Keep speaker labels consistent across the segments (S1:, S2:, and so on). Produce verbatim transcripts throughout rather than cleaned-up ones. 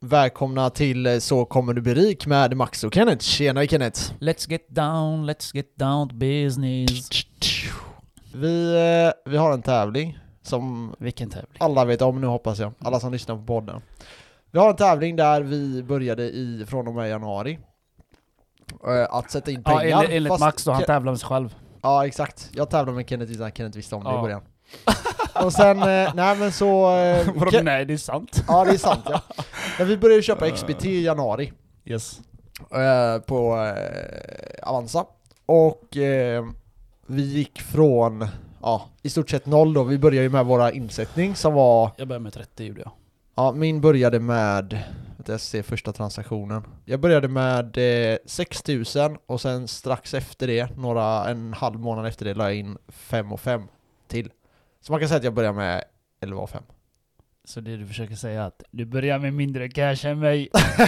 S1: Välkomna till Så kommer du bli rik med Max och Kenneth. Tjena Kenneth.
S2: Let's get down, let's get down to business.
S1: Vi, vi har en tävling som
S2: Vilken tävling?
S1: alla vet om nu, hoppas jag. Alla som lyssnar på podden. Vi har en tävling där vi började i från och med januari. Att sätta in pengar.
S2: Ja, enligt, enligt
S1: fast
S2: Max då, han
S1: Ke-
S2: tävlar med sig själv.
S1: Ja, exakt. Jag tävlar med Kenneth utan Kenneth visste om det
S2: Ja.
S1: i början. Och sen, eh, nej men så... Eh,
S2: Vadå,
S1: Ke-
S2: nej, det är sant.
S1: ja, det är sant, ja. Men vi började köpa X B T i januari.
S2: Yes.
S1: Eh, på eh, Avanza. Och eh, vi gick från, ja, i stort sett noll då. Vi började ju med våra insättning som var...
S2: Jag började med trettio gjorde jag.
S1: Ja, min började med... Jag ser första transaktionen. Jag började med eh, sex tusen och sen strax efter det, några, en halv månad efter det, la jag in fem och fem till. Så man kan säga att jag började med elva och fem.
S2: Så det du försöker säga är att du börjar med mindre cash än mig.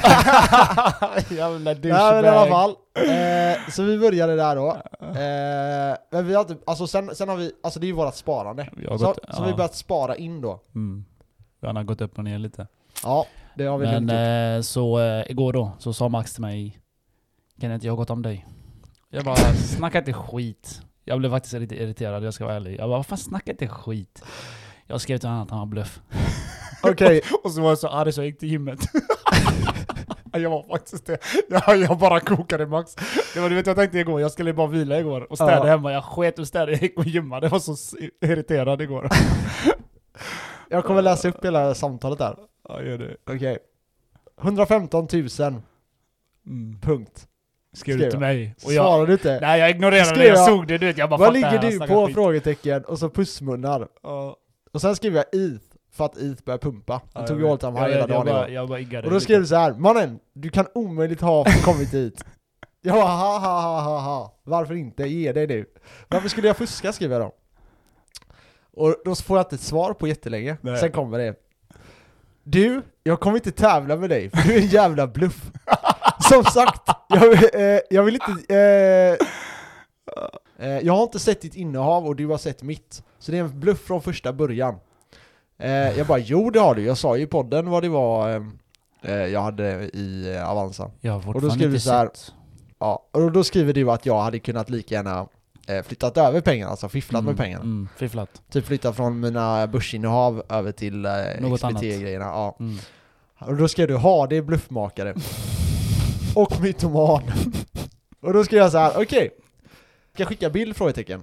S2: Jävla douchebag.
S1: Nej, men i alla fall. Eh, så vi började där då. Eh, men vi har inte, alltså sen, sen har vi, alltså det är ju vårat sparande.
S2: Vi har
S1: Så,
S2: gått,
S1: så
S2: ja.
S1: vi har börjat spara in då.
S2: Mm. Han har gått upp och ner lite.
S1: Ja, det har vi
S2: Men
S1: lugnt
S2: eh, så eh, igår då, så sa Max till mig: Kenneth, jag har gått om dig. Jag bara, snacka inte skit. Jag blev faktiskt lite irriterad, jag ska vara ärlig. Jag bara, vad fan, snacka inte skit. Jag skrev till honom att han var bluff.
S1: Okej.
S2: Och så var jag så arg så jag gick till gymmet. Jag var faktiskt det. Jag, jag bara kokade Max. Det var, du vet, jag tänkte igår, jag skulle bara vila igår och städa
S1: Ja.
S2: hemma. Jag sket och städade, jag gick och gymmade. Jag var så irriterad igår.
S1: Jag kommer läsa upp hela samtalet där.
S2: Ja, gör det.
S1: Okej. hundrafemton tusen.
S2: Mm.
S1: Punkt.
S2: Skrev
S1: Skrev
S2: du till
S1: jag.
S2: mig? Och jag,
S1: Svarar du inte?
S2: nej, jag ignorerade
S1: Skrev
S2: det. Jag
S1: jag,
S2: såg det, du vet. Jag bara,
S1: vad
S2: fattar
S1: ligger
S2: här,
S1: du
S2: snackar
S1: på?
S2: skit.
S1: Frågetecken. Och så pussmunnar.
S2: Ja.
S1: Och sen skrev jag E T H. För att E T H började pumpa. Han
S2: Ja,
S1: tog
S2: jag
S1: ju
S2: vet.
S1: hållt om
S2: Jag
S1: här hela
S2: vet, jag
S1: dagen
S2: bara-
S1: igår.
S2: Jag bara iggade
S1: Och då
S2: lite.
S1: skrev du så här: mannen, du kan omöjligt ha kommit hit. Jag bara, ha ha ha ha ha. Varför inte? Ge dig nu. Varför skulle jag fuska, skrev jag då. Och då får jag inte ett svar på jättelänge.
S2: Nej.
S1: Sen kommer det: du, jag kommer inte tävla med dig, för du är en jävla bluff. Som sagt, jag, eh, jag vill inte... Eh, eh, jag har inte sett ditt innehav och du har sett mitt. Så det är en bluff från första början. Eh, jag bara, jo det har du. Jag sa ju i podden vad det var eh, jag hade i eh, Avanza.
S2: Jag har
S1: Och då
S2: fortfarande
S1: skrev du
S2: inte
S1: så här-
S2: sett.
S1: Ja, och då skriver du att jag hade kunnat lika gärna eh, flyttat över pengarna, alltså fifflat
S2: Mm,
S1: med pengarna.
S2: Mm, fifflat.
S1: Typ flyttat från mina börsinnehav över till eh,
S2: Något
S1: X B
S2: annat.
S1: T-grejerna. Ja.
S2: Mm.
S1: Och då skrev du, ha det är bluffmakare. Och mytoman. Och då skrev jag så här: okej. Okay. Ska jag skicka bild? Frågetecken.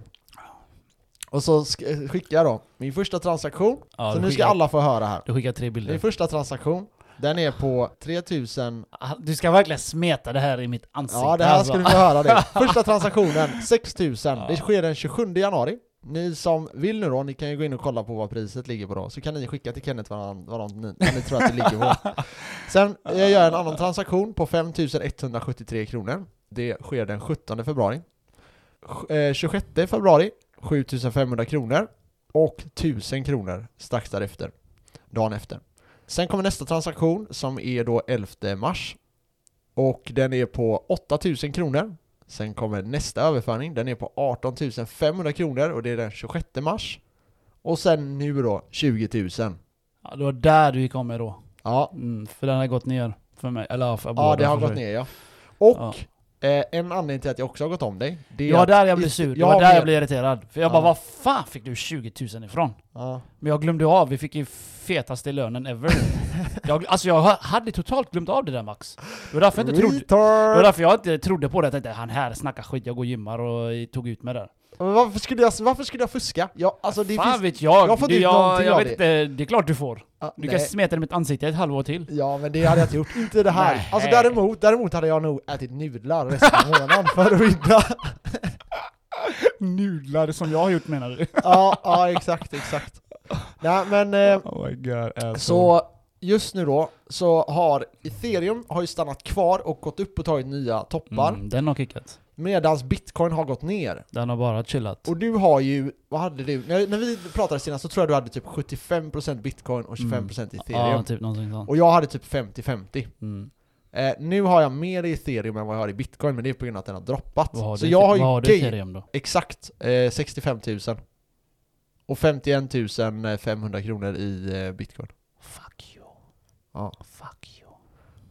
S1: Och så sk- skickar jag då min första transaktion.
S2: Ja,
S1: så
S2: du
S1: nu ska
S2: skickar-
S1: alla få höra här.
S2: Du skickar tre bilder.
S1: Min första transaktion, den är på tre tusen.
S2: Du ska verkligen smeta det här i mitt ansikte.
S1: Ja, det här
S2: alltså.
S1: ska du få höra det. Första transaktionen, sex tusen.
S2: Ja.
S1: Det sker den tjugosjunde januari. Ni som vill nu då, ni kan ju gå in och kolla på vad priset ligger på då. Så kan ni skicka till Kenneth vad, han, vad de, ni, vad ni tror att det ligger på. Sen jag gör en annan transaktion på fem tusen etthundrasjuttiotre kronor. Det sker den sjuttonde februari. Eh, tjugosjätte februari, sju tusen femhundra kronor. Och tusen kronor strax därefter. Dagen efter. Sen kommer nästa transaktion som är då elfte mars. Och den är på åtta tusen kronor. Sen kommer nästa överföring. Den är på arton tusen femhundra kronor. Och det är den tjugosjätte mars. Och sen nu då tjugo tusen.
S2: Ja, det var där du gick om med då.
S1: Ja,
S2: Mm, för den har gått ner för mig. Eller för
S1: ja
S2: båda
S1: det har
S2: för
S1: gått
S2: sig.
S1: ner, ja. Och
S2: Ja.
S1: eh, en anledning till att jag också har gått om dig. Det är
S2: Det var
S1: att
S2: där jag blev
S1: i-
S2: sur. Det
S1: jag
S2: var
S1: har
S2: där jag
S1: med-
S2: blev irriterad. För jag
S1: Ja.
S2: bara, vad fan fick du tjugo tusen ifrån?
S1: Ja.
S2: Men jag glömde av. Vi fick ju fetaste lönen ever. jag, alltså jag hade totalt glömt av det där, Max. Det var därför jag inte trodde. Det var
S1: Retard!
S2: därför jag inte trodde på det. Jag tänkte, han här snackar skit, jag går och gymmar och tog ut med det.
S1: Men varför skulle jag, varför skulle jag fuska? Jag, alltså det
S2: Fan
S1: finns...
S2: vet jag.
S1: jag får
S2: det,
S1: ut
S2: jag,
S1: någonting
S2: jag
S1: av
S2: vet
S1: det.
S2: inte, det är klart du får.
S1: Ja,
S2: Du
S1: nej.
S2: kan smeta i mitt ansikte ett halvår till.
S1: Ja, men det hade jag inte gjort. Inte det här.
S2: Nej.
S1: Alltså däremot, däremot hade jag nog ätit nudlar resten av månaden för att vinna.
S2: Nudlar som jag har gjort, menar du?
S1: Ja, ja, exakt, exakt. Nej, men eh,
S2: Oh my god, alltså.
S1: så just nu då så har Ethereum har ju stannat kvar och gått upp och tagit nya toppar.
S2: Mm, den har kickat.
S1: Medans Bitcoin har gått ner.
S2: Den har bara chillat.
S1: Och du har ju, vad hade du? När, när vi pratade senast så tror jag du hade typ sjuttiofem procent Bitcoin och tjugofem procent Ethereum.
S2: Ja, typ någonting sånt.
S1: Och jag hade typ femtio femtio.
S2: Mm.
S1: Eh, nu har jag mer i Ethereum än vad jag har i Bitcoin, men det är på grund av att den har droppat.
S2: Vad har
S1: så
S2: du,
S1: jag har ju
S2: vad har du
S1: gay-
S2: Ethereum då?
S1: Exakt, eh, sextiofem tusen. Och femtioen tusen femhundra kronor i eh, Bitcoin.
S2: Fuck you.
S1: Ja.
S2: Fuck you.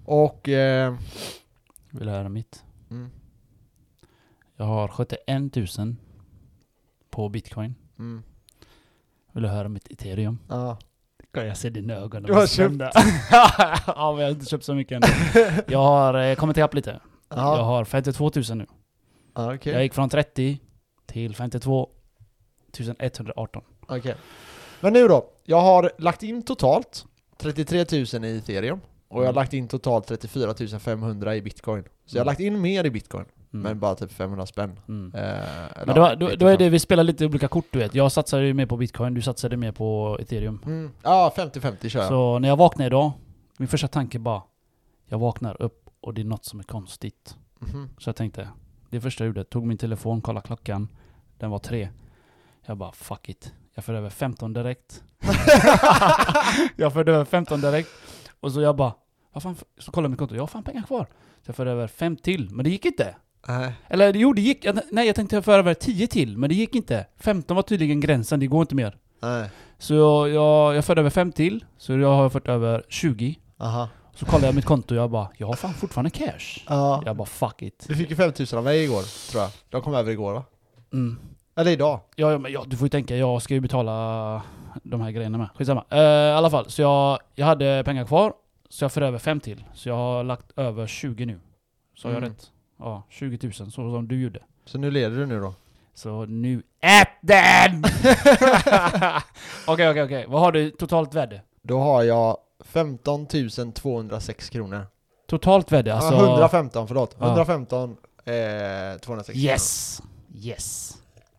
S1: Och... Eh,
S2: Vill du höra mitt?
S1: mm,
S2: Jag har sjuttioen tusen på bitcoin.
S1: mm,
S2: Vill du höra mitt ethereum?
S1: ja.
S2: Kan jag se dina ögon?
S1: Du har köpt.
S2: Ja, men jag har inte köpt så mycket än. Jag har eh, kommit ikapp lite.
S1: Ja.
S2: Jag har femtiotvå tusen nu.
S1: Ja, okej.
S2: Jag gick från trettio till femtiotvå tusen etthundraarton.
S1: Okej. Men nu då. Jag har lagt in totalt trettiotre tusen i ethereum. Och jag har
S2: Mm.
S1: lagt in totalt trettiofyra tusen femhundra i bitcoin. Så jag har
S2: Mm.
S1: lagt in mer i bitcoin.
S2: Mm.
S1: Men bara typ femhundra spänn.
S2: Mm.
S1: Eh, eller
S2: Men då,
S1: ja,
S2: då,
S1: lite
S2: då är
S1: fram.
S2: det, vi spelar lite olika kort du vet. Jag satsade ju mer på bitcoin, du satsade mer på ethereum.
S1: Mm. Ja, femtio femtio kör jag.
S2: Så när jag vaknade idag, min första tanke bara, jag vaknar upp och det är något som är konstigt.
S1: Mhm.
S2: Så jag tänkte, det första jag gjorde, tog min telefon, kollade klockan, den var tre. Jag bara, fuck it. Jag förde över femton direkt. jag förde över femton direkt. Och så jag bara, vad fan, så kollade jag mitt konto, jag har fan pengar kvar. Så jag förde över fem till, men det gick inte.
S1: Nej.
S2: Eller jo, det gick. Jag- Nej, jag tänkte föra över tio till, men det gick inte. femton var tydligen gränsen, det går inte mer.
S1: Nej.
S2: Så jag, jag, jag förde över fem till, så jag har fört över tjugo.
S1: Aha.
S2: Så kollade jag mitt konto och jag bara, jag har fan fortfarande cash.
S1: Ja.
S2: Jag bara, fuck it.
S1: Du fick ju femtusen av mig igår, tror jag. De kom över igår, va?
S2: Mm.
S1: Eller idag.
S2: Ja, ja, men ja, du får ju tänka, jag ska ju betala de här grejerna med. Skitsamma. Uh, I alla fall, så jag, jag hade pengar kvar, så jag för över fem till. Så jag har lagt över tjugo nu. Så har
S1: Mm.
S2: jag rätt. Ja, tjugo tusen, så som du gjorde.
S1: Så nu leder du nu då?
S2: Så nu, ät den! Okej, okej, okej. Vad har du totalt värde?
S1: Då har jag femton tusen tvåhundrasex kronor.
S2: Totalt värde, alltså...
S1: Ja, hundrafemton, förlåt.
S2: Ja.
S1: hundrafemton, eh, tvåhundrasex.
S2: Yes! Yes!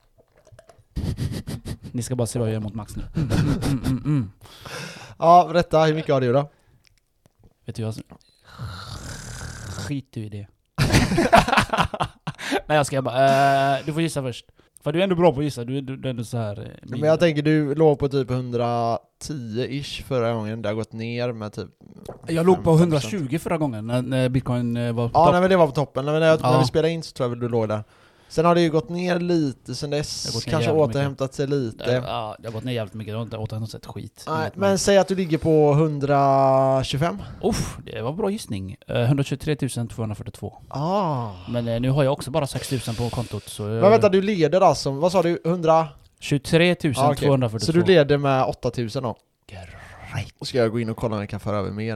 S2: Ni ska bara se vad jag gör mot Max nu. Mm, mm, mm, mm.
S1: Ja, berätta, hur mycket har du då?
S2: Vet du, jag... Skit du i det. Nej, jag ska bara... Uh, du får gissa först. För du är ändå bra på att gissa. Du är, du, du är ändå så här... Uh,
S1: Men jag tänker, du låg på typ hundratio-ish förra gången. Det har gått ner med typ...
S2: jag låg på
S1: femton procent.
S2: hundratjugo förra gången när, när bitcoin uh, var på
S1: Ja,
S2: topp.
S1: nej, men det var på toppen. Nej, men när, jag,
S2: Ja.
S1: när vi spelade in så tror jag väl du låg där. Sen har det ju gått ner lite sen
S2: Det har
S1: dess.
S2: gått ner
S1: Kanske
S2: jävligt
S1: återhämtat sig lite.
S2: Ja, det har gått ner jävligt mycket. Det har inte återhämtat skit.
S1: Nej,
S2: Inget
S1: men säg att du ligger på hundratjugofem.
S2: Uff, det var bra gissning. Uh, hundratjugotre tusen tvåhundrafyrtiotvå.
S1: Ah.
S2: Men uh, nu har jag också bara sex tusen på kontot. Så
S1: Men vänta, du leder alltså, vad sa du? hundra?
S2: tjugotre tusen
S1: Ah, okej.
S2: tvåhundrafyrtiotvå.
S1: Så du leder med åtta tusen då?
S2: Great.
S1: Och ska jag gå in och kolla om jag kan föra över mer?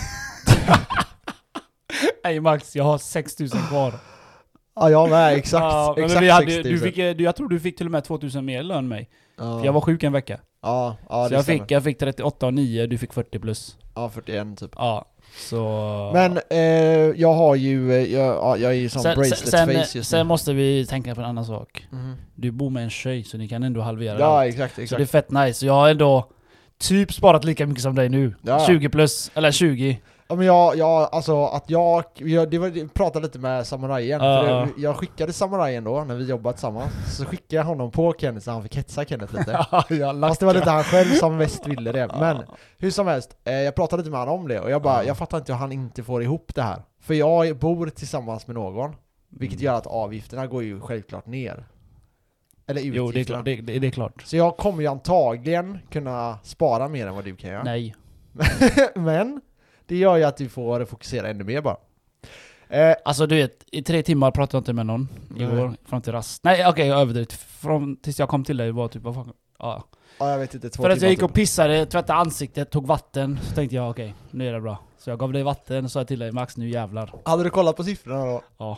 S2: Nej Max, jag har sex tusen kvar.
S1: Ja, jag med, exakt.
S2: Ja, men
S1: exakt
S2: vi hade,
S1: sex tusen.
S2: du fick, eh, du, jag tror du fick till och med tvåtusen mer lön än mig.
S1: Ja.
S2: För jag var sjuk en vecka.
S1: Ja, ja
S2: Så
S1: det
S2: jag
S1: stämmer.
S2: fick, jag fick trettioåtta och nio, du fick fyrtio plus.
S1: Ja, fyrtioen typ.
S2: Ja, så...
S1: Men eh, jag har ju, eh, jag, ja, jag är ju sån
S2: sen,
S1: bracelet
S2: sen,
S1: face
S2: sen,
S1: just
S2: sen
S1: nu.
S2: måste vi tänka på en annan sak.
S1: Mhm.
S2: Du bor med en tjej, så ni kan ändå halvera
S1: Ja,
S2: allt.
S1: exakt,
S2: Så
S1: exakt.
S2: det är fett nice. Så jag har ändå typ sparat lika mycket som dig nu.
S1: Ja.
S2: tjugo plus, eller tjugo.
S1: Ja, men jag, jag, alltså att jag, jag det var, jag pratade lite med samurajen,
S2: Ja,
S1: för
S2: ja.
S1: jag, jag skickade samurajen då, när vi jobbade tillsammans, så skickade jag honom på Kenneth så han fick hetsa Kenneth lite. Fast det var lite han själv som mest ville det, men hur som helst, eh, jag pratade lite med honom om det, och jag bara,
S2: Ja.
S1: jag fattar inte hur han inte får ihop det här. För jag bor tillsammans med någon, vilket
S2: Mm.
S1: gör att avgifterna går ju självklart ner. Eller utgifterna.
S2: Jo, det är klart. Det, det, det är klart.
S1: Så jag kommer ju antagligen kunna spara mer än vad du kan göra.
S2: Nej.
S1: Men det gör ju att vi får fokusera ännu mer bara. Eh,
S2: Alltså du vet, i tre timmar pratade jag inte med någon igår,
S1: Nej.
S2: fram till rast. Nej okej, jag överdrivet. Från tills jag kom till dig var typ, vad fan, ja.
S1: ja, jag vet inte, två
S2: För att
S1: timmar
S2: jag gick
S1: typ.
S2: och pissade, tvättade ansiktet, tog vatten, så tänkte jag okej, nu är det bra. Så jag gav dig vatten och sa till dig, Max nu jävlar.
S1: Hade du kollat på siffrorna då?
S2: Ja.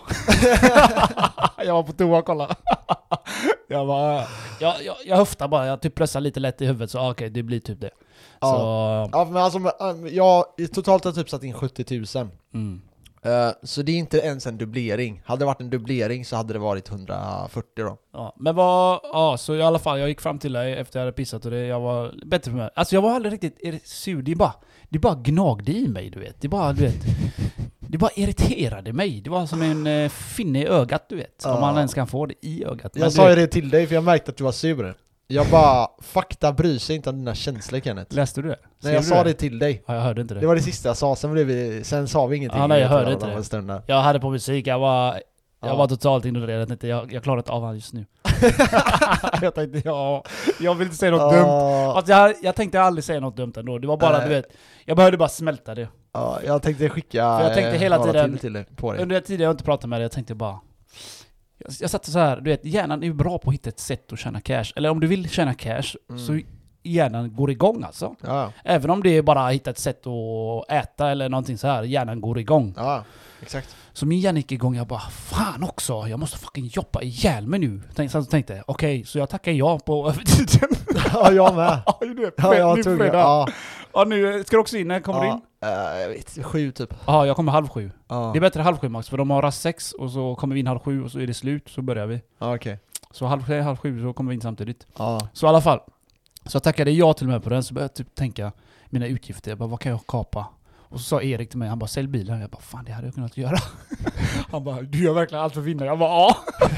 S2: jag var på toa och kollade. jag bara, jag, jag, jag höftar bara, jag typ pressar lite lätt i huvudet, så okej, det blir typ det.
S1: Ja.
S2: Så,
S1: Ja, men alltså, men, jag totalt har typ satt in sjuttio tusen.
S2: mm.
S1: Eh, så det är inte ens en dubblering. Hade det varit en dubblering så hade det varit hundrafyrtio då.
S2: Ja, men vad, ja så i alla fall, jag gick fram till dig efter jag hade pissat och det, jag var bättre för mig. Alltså jag var aldrig riktigt ir- sur, det bara, det bara gnagde i mig du vet. Det bara, du vet, det bara irriterade mig. Det var som en eh, finne i ögat du vet.
S1: Ja.
S2: Om man ens kan få det i ögat. Men
S1: Jag
S2: du
S1: sa ju
S2: vet,
S1: det till dig för jag märkte att du var sur. Jag bara, fakta bryr sig inte om dina känslor Kenneth.
S2: läste du det?
S1: Nej,
S2: Skrev
S1: jag
S2: du
S1: sa det till dig.
S2: Ja, jag hörde inte det.
S1: Det var det sista jag sa, sen, blev vi, sen sa vi ingenting.
S2: Ja, nej, jag
S1: tror
S2: hörde inte
S1: var
S2: det.
S1: en stund där.
S2: Jag hade på musik, jag var, jag
S1: Ja.
S2: var totalt ignorerad. Jag, jag, jag klarar inte av honom just nu. jag tänkte, ja, jag vill inte säga något dumt.
S1: Ah,
S2: Alltså jag, jag tänkte aldrig säga något dumt ändå. Det var bara,
S1: Nej.
S2: du vet, jag behövde bara smälta det.
S1: Ja, jag tänkte skicka
S2: För jag tänkte hela
S1: några
S2: tiden-
S1: till, till dig på dig.
S2: Under den tiden jag inte pratade med dig, jag tänkte bara... Jag, jag satt så här, du vet, hjärnan är ju bra på att hitta ett sätt att tjäna cash. Eller om du vill tjäna cash,
S1: Mm.
S2: så hjärnan går igång alltså.
S1: Ja,
S2: Även om det är bara att hitta ett sätt att äta eller någonting så här, hjärnan går igång.
S1: ja, exakt.
S2: Så min hjärna gick igång, jag bara fan också, jag måste fucking jobba ihjäl mig nu. Tänk, så tänkte okej, okay, så jag tackar ja på övertiden.
S1: Ja, jag med.
S2: Ja, du vet,
S1: Ja, jag
S2: nu
S1: tog
S2: fredag.
S1: ja.
S2: Ja, nu ska du också in, när kommer du
S1: Ja,
S2: in?
S1: eh, jag vet, sju typ.
S2: Ja, jag kommer halv sju.
S1: Ja,
S2: Det är bättre halv sju max, för de har rast sex och så kommer vi in halv sju och så är det slut, så börjar vi.
S1: ja okej.
S2: Så halv sju, halv sju så kommer vi in samtidigt.
S1: Ja.
S2: Så i alla fall, så jag tackade ja till och med på den, så började jag typ tänka mina utgifter, jag bara, vad kan jag kapa? Och så sa Erik till mig, han bara, sälj bilen. Jag bara, fan det hade jag kunnat göra. Han bara, du gör verkligen allt för att vinna. Jag bara, ja.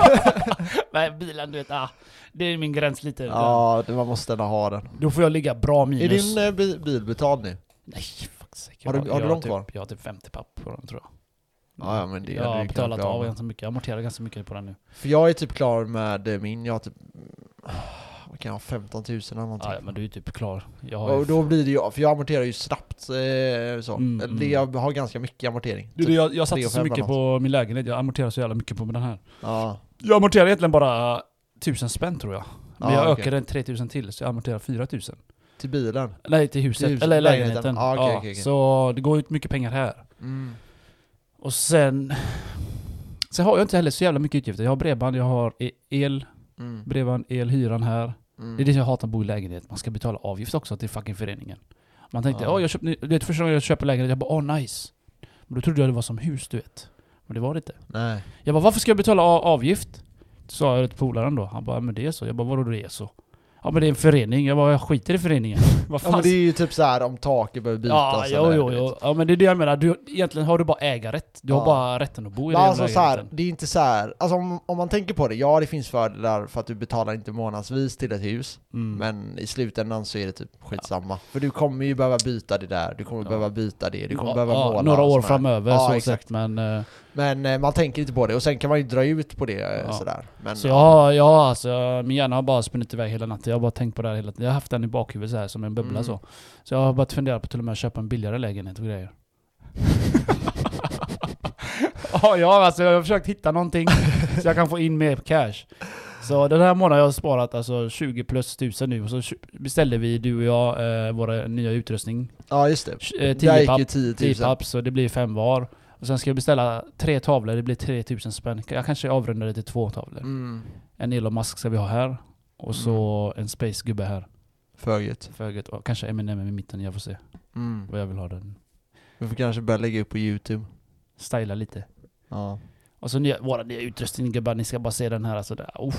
S2: Nej, bilen du vet, ah, det är min gräns lite.
S1: Ja, det- man måste ändå ha den.
S2: Då får jag ligga bra minus.
S1: Är din eh, bi- bil betald nu?
S2: Nej, faktiskt.
S1: Har du-
S2: Jag-
S1: har du
S2: jag
S1: långt
S2: typ,
S1: kvar?
S2: Jag har typ femtio papp på den tror jag.
S1: Ja, ja, men det
S2: jag
S1: hade
S2: har
S1: du kunnat
S2: betalat
S1: bli av
S2: av
S1: med.
S2: ganska mycket. Jag amorterar ganska mycket på den nu.
S1: För jag är typ klar med eh, min, jag har typ... Vad kan jag ha? femton tusen eller någonting.
S2: Ja, men du är typ klar. Jag har ju
S1: Och då blir det ju, för jag amorterar ju snabbt eh, så.
S2: Mm,
S1: Eller
S2: mm.
S1: jag har ganska mycket amortering.
S2: Du,
S1: Typ
S2: jag, jag
S1: tre
S2: satsar
S1: och
S2: så
S1: fem
S2: mycket
S1: eller
S2: på min lägenhet. Jag amorterar så jävla mycket på den här.
S1: Ja.
S2: Jag amorterar egentligen bara tusen spänn tror jag. Men
S1: Ja,
S2: jag
S1: okej.
S2: ökade den tre tusen till, så jag amorterar fyra tusen.
S1: Till bilen.
S2: Nej, till huset.
S1: Till huset,
S2: Eller
S1: lägenheten.
S2: lägenheten.
S1: Ah, okej,
S2: ja,
S1: okej, okej.
S2: Så det går ut mycket pengar här.
S1: Mm.
S2: Och sen... Sen har jag inte heller så jävla mycket utgifter. Jag har bredband, jag har e- el,
S1: Mm.
S2: bredband, el, hyran här.
S1: Mm.
S2: Det är det jag hatar att bo i lägenhet. Man ska betala avgift också till fucking föreningen. Man tänkte, ja
S1: Ja.
S2: jag köpte, det är första gången jag köper lägenhet, jag bara, åh oh, nice. Men då trodde jag det var som hus, du vet. Men det var det inte.
S1: Nej.
S2: Jag bara, varför ska jag betala a- avgift? Sa jag till polaren då. Han bara, men det är så. Jag bara, vadå det är så? Ja men det är en förening. Jag bara, jag skiter i föreningen. Vad
S1: Ja,
S2: fan?
S1: men det är ju typ så här om taket behöver bytas.
S2: Ja, jo,
S1: eller,
S2: jo,
S1: du
S2: jo.
S1: vet.
S2: Ja, men det är det jag menar. Du, egentligen har du bara ägarrätt. Du
S1: Ja.
S2: har bara rätten att bo i
S1: Men
S2: den
S1: alltså så här,
S2: lägenheten.
S1: det är inte så här, alltså om, om man tänker på det, ja det finns fördelar för att du betalar inte månadsvis till ett hus.
S2: Mm.
S1: Men i slutändan så är det typ skitsamma. För du kommer ju behöva byta det där, du kommer
S2: Ja.
S1: behöva byta det, du kommer
S2: Ja,
S1: behöva
S2: ja,
S1: måla.
S2: några
S1: och
S2: år
S1: sådär.
S2: framöver,
S1: Ja,
S2: så
S1: exakt.
S2: sagt. Men, eh,
S1: Men eh, man tänker inte på det, och sen kan man ju dra ut på det eh,
S2: Ja.
S1: sådär. Men,
S2: så jag har, jag har alltså, min hjärna har bara spunnit iväg hela natten. Jag har bara tänkt på det här hela tiden. Jag har haft den i bakhuvudet så här som en bubbla
S1: Mm.
S2: så. Så jag har bara funderat på till och med att köpa en billigare lägenhet och grejer. Ja, ja, alltså jag har försökt hitta någonting så jag kan få in mer cash. Så den här månaden har jag sparat alltså tjugo plus tusen nu. Och så beställde vi, du och jag, eh, våra nya utrustning.
S1: ja just det.
S2: Eh,
S1: Där
S2: tio
S1: gick
S2: papp,
S1: ju tio
S2: tio
S1: tusen.
S2: papp, så det blir fem var. Och sen ska jag beställa tre tavlor, det blir tre tusen spänn. Jag kanske avrundar det till två tavlor.
S1: Mm.
S2: En Elon Musk ska vi ha här. Och så en Space-gubbe här.
S1: Föget.
S2: Föget. Och kanske M and M i mitten, jag får se
S1: Mm.
S2: vad jag vill ha den.
S1: Vi får kanske börja lägga upp på YouTube.
S2: Styla lite.
S1: Ja.
S2: Och så nya, våra nya utrustning gubbar, ni ska bara se den här alltså där. Oh.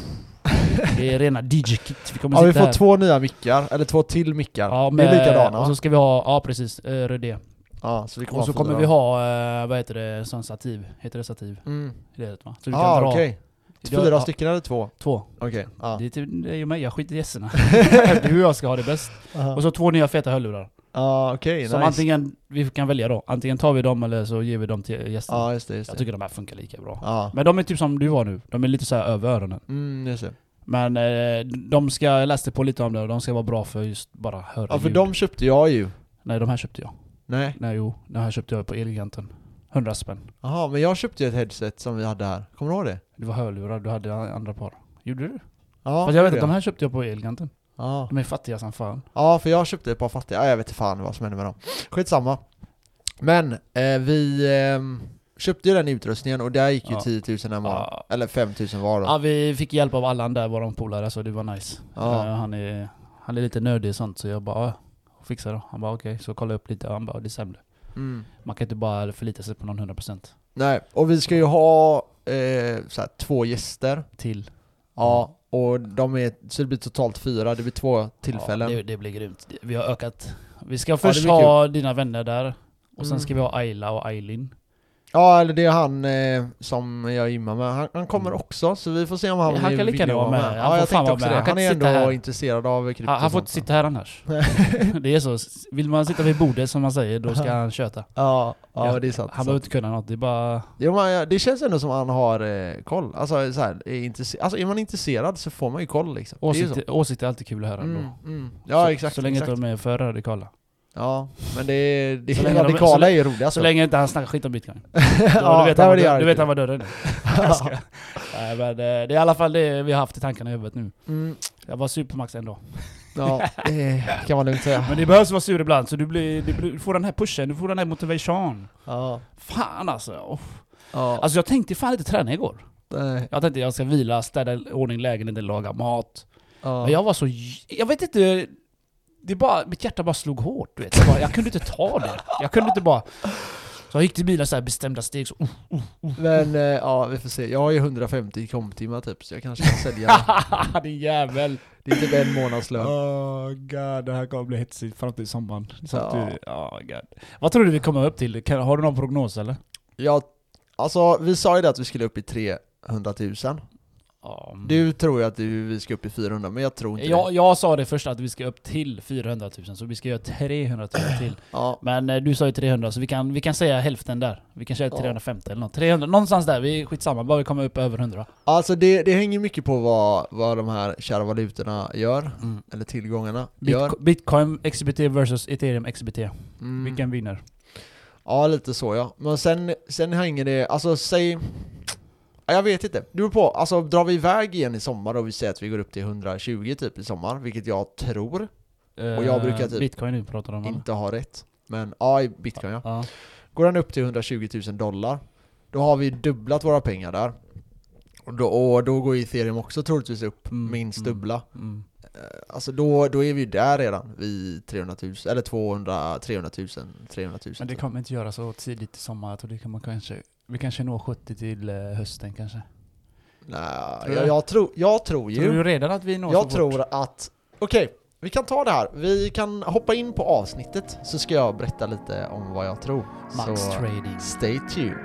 S2: Det är rena D J-kit. Vi kommer
S1: Ja, vi
S2: sitta
S1: får
S2: här.
S1: två nya mickar, eller två till mickar.
S2: Ja,
S1: det
S2: med,
S1: är likadana.
S2: och så ska vi ha, ja precis, eh, Rödé.
S1: Ja, så vi kommer
S2: Och så
S1: ha
S2: kommer
S1: fyra.
S2: vi ha, eh, vad heter det, sån stativ. Heter det stativ?
S1: Mm.
S2: Det är det va? Så vi
S1: Ja,
S2: kan dra
S1: okej.
S2: Ja,
S1: Fyra
S2: ja.
S1: stycken eller två?
S2: två.
S1: Okej. Ja.
S2: Det är, typ, det är ju mig, jag skiter i gästerna. Det är hur jag ska ha det bäst.
S1: Aha.
S2: Och så två nya feta hörlurar.
S1: Ja, okej.
S2: Som
S1: Nice.
S2: antingen, vi kan välja då. Antingen tar vi dem eller så ger vi dem till gästerna.
S1: Ja, just det. Just
S2: Jag
S1: det.
S2: tycker de här funkar lika bra.
S1: Ja.
S2: Men de är typ som du var nu. De är lite så här över öronen.
S1: Mm, just det.
S2: Men eh, de ska, jag läste på lite om det och de ska vara bra för just bara höra
S1: Ja, för
S2: ljud.
S1: de köpte jag ju.
S2: Nej, de här köpte jag.
S1: Nej.
S2: Nej, jo. De här köpte jag på Elgiganten. hundra spänn.
S1: Jaha, men jag köpte ju ett headset som vi hade här. Kommer du ihåg det?
S2: Det var hörlurar, du hade andra par. Gjorde du?
S1: Ja,
S2: Fast jag vet
S1: det
S2: inte, de här köpte jag på Elgiganten.
S1: Ja.
S2: De är fattiga som fan.
S1: Ja, för jag köpte ett par fattiga. Ja, jag vet inte fan vad som hände med dem. Skitsamma. Men eh, vi eh, köpte ju den utrustningen och där gick ju
S2: Ja.
S1: tio tusen en var.
S2: Ja.
S1: Eller fem tusen var då.
S2: Ja, vi fick hjälp av Allan där, våran polare, så det var nice.
S1: Ja.
S2: Eh, han, är, han är lite nördig och sånt, så jag bara, ja, fixa då. Han bara okej, okay. Så kollade jag upp lite och han bara, det är sämre.
S1: Mm.
S2: Man kan inte bara förlita sig på någon hundra procent
S1: Nej, och vi ska ju ha eh, så här, två gäster.
S2: till.
S1: Ja, och de är, så det blir totalt fyra. Det blir två tillfällen.
S2: Ja, det, det blir grymt. Vi har ökat. Vi ska
S1: det
S2: först
S1: blir
S2: ha dina vänner där. Och sen
S1: Mm.
S2: ska vi ha Ayla och Aylin.
S1: Ja, eller det är han eh, som jag gymmar med. Han, han kommer
S2: Mm.
S1: också, så vi får se om han,
S2: Han
S1: vill
S2: kan lika gärna vara med. Han
S1: Ja,
S2: får
S1: jag
S2: fan
S1: tänkte
S2: vara
S1: också
S2: med.
S1: det.
S2: Han kan
S1: Han är
S2: inte
S1: ändå
S2: sitta här.
S1: intresserad av krypto.
S2: Han, han får
S1: och
S2: inte
S1: sånt.
S2: sitta här annars. Det är så. Vill man sitta vid bordet som man säger, då ska han köta.
S1: Ja, ja,
S2: Ja,
S1: det är sant.
S2: Han behöver inte kunna något. Det är bara...
S1: Jo, men det känns ändå som att han har eh, koll. Alltså, så här, är, intresse- alltså är man intresserad så får man ju koll liksom. Det är ju så.
S2: Åsikter, åsikter är alltid kul att höra ändå.
S1: Mm, mm. Ja,
S2: så,
S1: exakt.
S2: Så länge
S1: exakt.
S2: inte de är för radikala.
S1: Ja, men det, det
S2: Så länge de-
S1: radikala
S2: så-
S1: är ju roligast.
S2: Så länge inte han snackar skit om bitcoin. Då,
S1: Ja,
S2: du vet
S1: där
S2: han
S1: var
S2: var
S1: det
S2: död,
S1: jag
S2: du vet
S1: inte.
S2: han var död nu. Jag skojar. Nej, men eh, det är i alla fall det vi har haft i tankarna i huvudet nu.
S1: Mm,
S2: Jag var supermax ändå.
S1: ja, det kan man lugnt säga.
S2: Men det behövs vara sur ibland, så du, blir, du, blir, du får den här pushen, du får den här motivation.
S1: Ja,
S2: Fan alltså. Oh.
S1: ja.
S2: Alltså jag tänkte fan inte träna igår.
S1: Nej,
S2: Jag tänkte jag ska vila, städa i ordning lägenheten, laga mat.
S1: ja.
S2: Men jag var så... Jag vet inte... Det bara, mitt hjärta bara slog hårt, du vet. Jag, bara, jag kunde inte ta det. Jag kunde inte bara... Så jag gick till bilen så här bestämda steg, så... Uh, uh, uh.
S1: Men eh, ja, vi får se. Jag har ju hundrafemtio komptimmar typ, så jag kanske kan sälja.
S2: Din jävel.
S1: Det är typ en månadslön.
S2: Oh god, det här kommer bli hetsigt fram till sommaren. Så att
S1: Ja.
S2: du, oh god. Vad tror du vi kommer upp till? Kan, har du någon prognos eller?
S1: Ja, alltså vi sa ju det att vi skulle upp i trehundratusen.
S2: Oh.
S1: Du tror ju att du, vi ska upp i fyrahundra, men jag tror inte
S2: Jag,
S1: det.
S2: jag sa det först att vi ska upp till fyrahundratusen, så vi ska göra trehundratusen till.
S1: Ja,
S2: Men eh, du sa ju trehundra, så vi kan, vi kan säga hälften där. Vi kan köra
S1: Ja.
S2: trehundrafemtio eller något. trehundra, någonstans där, vi skitsamma, bara vi kommer upp över hundra.
S1: alltså det, det hänger mycket på vad, vad de här kära valutorna gör,
S2: Mm.
S1: eller tillgångarna gör.
S2: Bitco- Bitcoin X B T versus Ethereum X B T.
S1: Mm.
S2: Vilken vinner?
S1: Ja, lite så ja. Men sen, sen hänger det, alltså säg... Ja, jag vet inte. Det beror på. Alltså drar vi iväg igen i sommar och vi säger att vi går upp till hundratjugo typ i sommar, vilket jag tror
S2: Och
S1: jag brukar typ
S2: Bitcoin nu pratar de om.
S1: inte har rätt. Men ja, i bitcoin ja.
S2: Ja.
S1: Går den upp till hundratjugo tusen dollar, då har vi dubblat våra pengar där. Och då, och då går ethereum också troligtvis upp
S2: Mm,
S1: minst
S2: mm.
S1: dubbla.
S2: Mm.
S1: Alltså då, då är vi där redan vid trehundratusen, eller tvåhundra, trehundratusen, trehundratusen.
S2: Men det kommer inte göra så tidigt i sommar. Jag tror det kan man kanske... Vi kanske når sjuttio till eh, hösten kanske.
S1: Nej,
S2: Tror du?
S1: jag, jag, tror, jag tror ju...
S2: Tror du redan att vi når så
S1: Jag
S2: fort?
S1: tror att... Okej, vi kan ta det här. Vi kan hoppa in på avsnittet, så ska jag berätta lite om vad jag tror.
S2: Max
S1: så
S2: trading.
S1: stay tuned.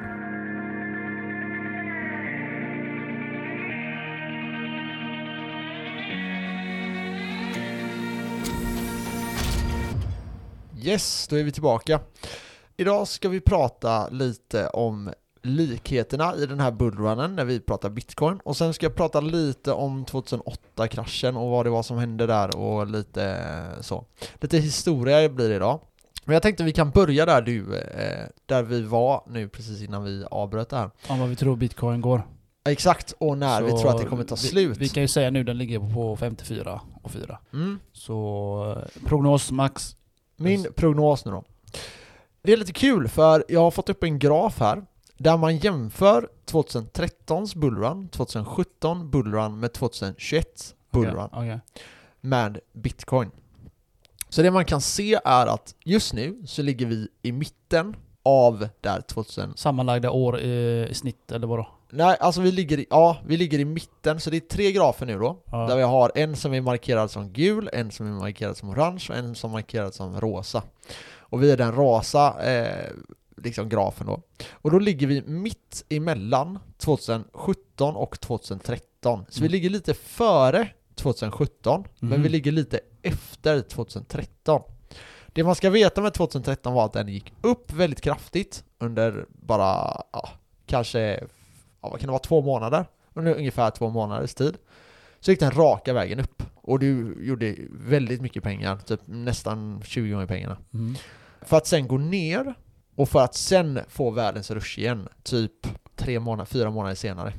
S1: Yes, då är vi tillbaka. Idag ska vi prata lite om likheterna i den här bullrunnen när vi pratar bitcoin, och sen ska jag prata lite om tjugohundraåtta-kraschen och vad det var som hände där och lite så. Lite historia blir det idag. Men jag tänkte vi kan börja där du, eh, där vi var nu precis innan vi avbröt det här.
S2: Om vad vi tror bitcoin går.
S1: Exakt, och när
S2: Så
S1: vi tror att det kommer ta
S2: vi,
S1: slut.
S2: Vi kan ju säga nu den ligger på femtiofyra och fyra.
S1: Mm.
S2: Så eh, prognos max.
S1: Min prognos nu då. Det är lite kul för jag har fått upp en graf här där man jämför tjugotretton:s bullrun, tjugosjutton bullrun med tjugotjugoett bullrun
S2: Okay, okay.
S1: med bitcoin. Så det man kan se är att just nu så ligger vi i mitten av där tvåtusen.
S2: Sammanlagda år i, i snitt eller vadå?
S1: Nej, alltså vi ligger i, ja, vi ligger i mitten, så det är tre grafer nu då.
S2: Ja.
S1: Där vi har en som är markerad som gul, en som är markerad som orange och en som är markerad som rosa. Och vi är den rosa eh, liksom grafen då. Och då ligger vi mitt emellan tjugosjutton och tjugotretton. Så
S2: Mm.
S1: vi ligger lite före tjugosjutton, men
S2: Mhm.
S1: vi ligger lite efter tjugotretton. Det man ska veta med tjugotretton var att den gick upp väldigt kraftigt under bara, ja, kanske, ja, vad kan det vara, två månader? Under ungefär två månaders tid. Så gick den raka vägen upp. Och du gjorde väldigt mycket pengar, typ nästan tjugo gånger pengarna.
S2: Mm.
S1: För att sen gå ner och för att sen få världens rush igen, typ tre månader, fyra månader senare.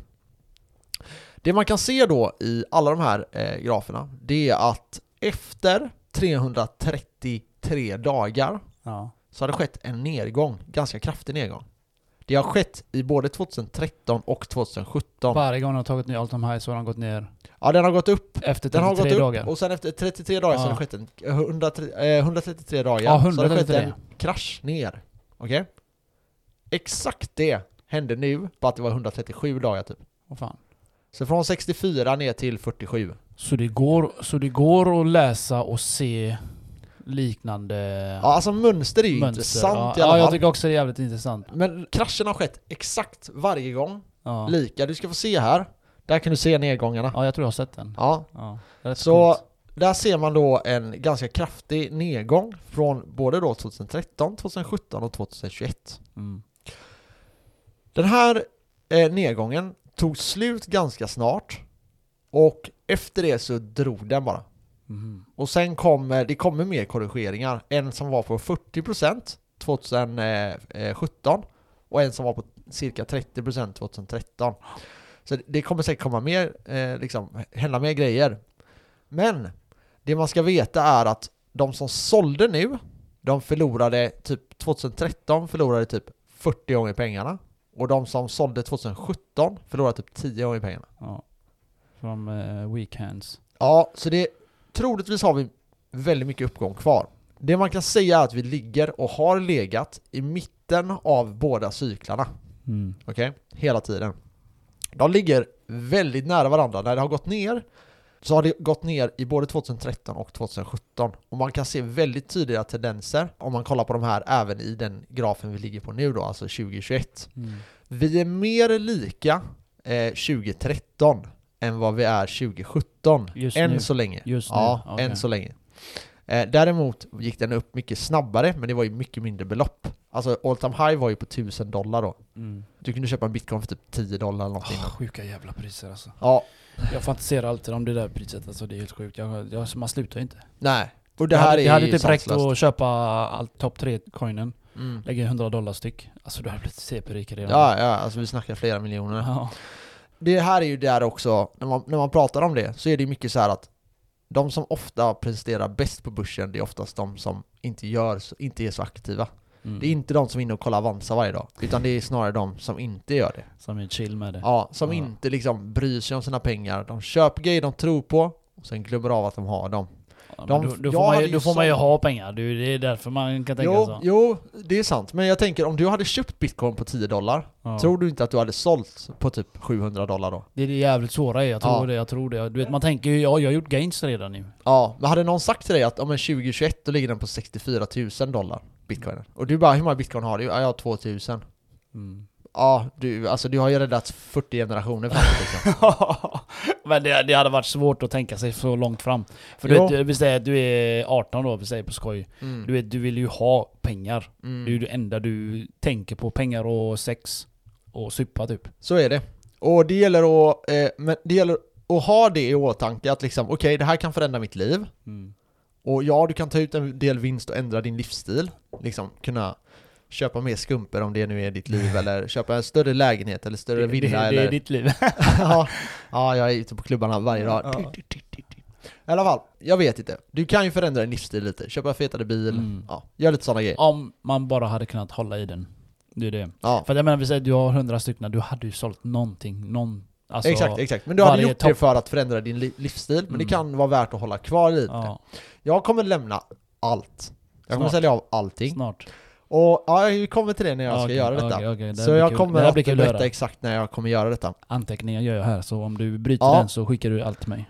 S1: Det man kan se då i alla de här eh, graferna, det är att efter trehundratrettiotre dagar
S2: Ja.
S1: så har det skett en nedgång, ganska kraftig nedgång. Det har skett i både tjugotretton och tjugosjutton.
S2: Varje gång de har tagit ner allt de här så har de gått ner
S1: Ja, den har gått upp.
S2: efter
S1: Den har gått
S2: trettiotre
S1: upp
S2: dagar.
S1: och sen efter trettiotre dagar så har
S2: Ja.
S1: det skett en eh, hundratrettio, eh, hundratrettiotre dagar
S2: Ja,
S1: så har det skett
S2: hundratrettiotre.
S1: en krasch ner. Okej? Exakt det hände nu, på att det var hundratrettiosju dagar typ.
S2: Vad fan.
S1: Så från sextiofyra ner till fyrtiosju.
S2: Så det går, så det går att läsa och se liknande
S1: Ja, alltså mönster är ju
S2: mönster.
S1: intressant
S2: ja,
S1: i alla
S2: ja, jag
S1: fall.
S2: tycker också det är jävligt intressant.
S1: Men kraschen har skett exakt varje gång.
S2: Ja,
S1: Lika, du ska få se här. Där kan du se nedgångarna.
S2: ja jag tror jag har sett den.
S1: Ja,
S2: Ja, det är rätt
S1: så
S2: coolt.
S1: där ser man då en ganska kraftig nedgång från både då tjugotretton, tjugosjutton och tjugotjugoett.
S2: Mm.
S1: Den här eh, nedgången tog slut ganska snart och efter det så drog den bara.
S2: Mm.
S1: Och sen kommer, det kommer mer korrigeringar. En som var på fyrtio procent tjugohundrasjutton och en som var på cirka trettio procent tjugohundratretton. Så det kommer säkert komma mer, eh, liksom, hända mer grejer. Men det man ska veta är att de som sålde nu, de förlorade typ tjugohundratretton förlorade typ fyrtio gånger pengarna. Och de som sålde tjugosjutton förlorade typ tio gånger pengarna.
S2: Ja. From uh, weak hands.
S1: Ja, så det troligtvis har vi väldigt mycket uppgång kvar. Det man kan säga är att vi ligger och har legat i mitten av båda cyklarna.
S2: Mm.
S1: Okej? Okay? Hela tiden. De ligger väldigt nära varandra. När det har gått ner så har det gått ner i både tjugotretton och tjugosjutton. Och man kan se väldigt tydliga tendenser om man kollar på de här även i den grafen vi ligger på nu då, alltså tjugohundratjugoett. Mm. Vi är mer lika eh, tjugotretton än vad vi är tjugosjutton.
S2: Just
S1: än
S2: nu.
S1: så länge.
S2: Just
S1: ja,
S2: nu. Okay.
S1: än så länge. Eh, däremot gick den upp mycket snabbare, men det var ju mycket mindre belopp. Alltså all time high var ju på tusen dollar då. Mm. Du kunde köpa en bitcoin för typ tio dollar eller någonting.
S2: Oh, sjuka jävla priser alltså.
S1: Ja.
S2: Jag fantiserar alltid om det där priset, alltså det är helt sjukt. Jag, jag, man slutar inte.
S1: Nej. Och det här
S2: hade,
S1: är
S2: jag hade
S1: ju
S2: typ räckt
S1: sanslöst.
S2: att köpa allt topp tre coinen.
S1: Mm.
S2: Lägger hundra dollar styck. Alltså du hade blivit C P-rik redan.
S1: Ja, ja, alltså vi snackar flera miljoner.
S2: Ja.
S1: Det här är ju där också, när man, när man pratar om det, så är det mycket så här att de som ofta presterar bäst på börsen, det är oftast de som inte gör, inte är så aktiva. Mm. Det är inte de som är inne och kollar Avanza varje dag, utan det är snarare de som inte gör det.
S2: Som är chill med det.
S1: Ja, som
S2: ja.
S1: inte liksom bryr sig om sina pengar. De köper grejer de tror på och sen glömmer av att de har dem.
S2: Ja, de, då, då, får man, ju, då får man ju ha pengar. Det är därför man kan tänka
S1: jo,
S2: så.
S1: Jo, det är sant. Men jag tänker, om du hade köpt bitcoin på tio dollar, ja. tror du inte att du hade sålt på typ sjuhundra dollar då?
S2: Det är det jävligt svåra, jag tror
S1: ja.
S2: det, jag tror det. Du vet, man tänker ju, ja, jag har gjort gains redan nu.
S1: Ja, men hade någon sagt till dig att om en tjugo tjugoett då ligger den på sextiofyra tusen dollar, bitcoinen. Och du bara, hur många bitcoin har du? Ja, jag har tvåtusen. Mm. Ja, du, alltså du har ju räddat fyrtio generationer framåt liksom.
S2: Men det, det hade varit svårt att tänka sig så långt fram. För du vet, vi säger att du är arton då, vi säger på skoj. Mm. Du vet, du vill ju ha pengar. Mm. Det är ju det enda du tänker på, pengar och sex och suppa typ.
S1: Så är det. Och det gäller att, eh, men det gäller att ha det i åtanke att liksom, okej, okay, det här kan förändra mitt liv. Mm. Och ja, du kan ta ut en del vinst och ändra din livsstil. Liksom kunna köpa mer skumper om det nu är ditt liv, eller köpa en större lägenhet eller större villa.
S2: Det, det,
S1: eller...
S2: det är ditt liv.
S1: ja, ja, jag är ute på klubbarna varje dag. Ja. I alla fall, jag vet inte. Du kan ju förändra din livsstil lite. Köpa en fetare bil. Mm. Ja, gör lite sådana grejer.
S2: Om man bara hade kunnat hålla i den. Det är det.
S1: Ja.
S2: För jag menar, vi säger att du har hundra stycken, du hade ju sålt någonting. Någon, alltså
S1: exakt, exakt. Men du hade gjort topp. det för att förändra din li- livsstil. Men mm. det kan vara värt att hålla kvar lite. Ja. Jag kommer lämna allt. Jag kommer
S2: Snart.
S1: sälja av allting.
S2: Snart.
S1: Och ja, jag kommer till det när jag ska
S2: okay,
S1: göra detta.
S2: Okay, okay.
S1: Så jag
S2: kul.
S1: kommer att berätta exakt när jag kommer göra detta.
S2: Anteckningar gör jag här, så om du bryter
S1: ja.
S2: den så skickar du allt till mig.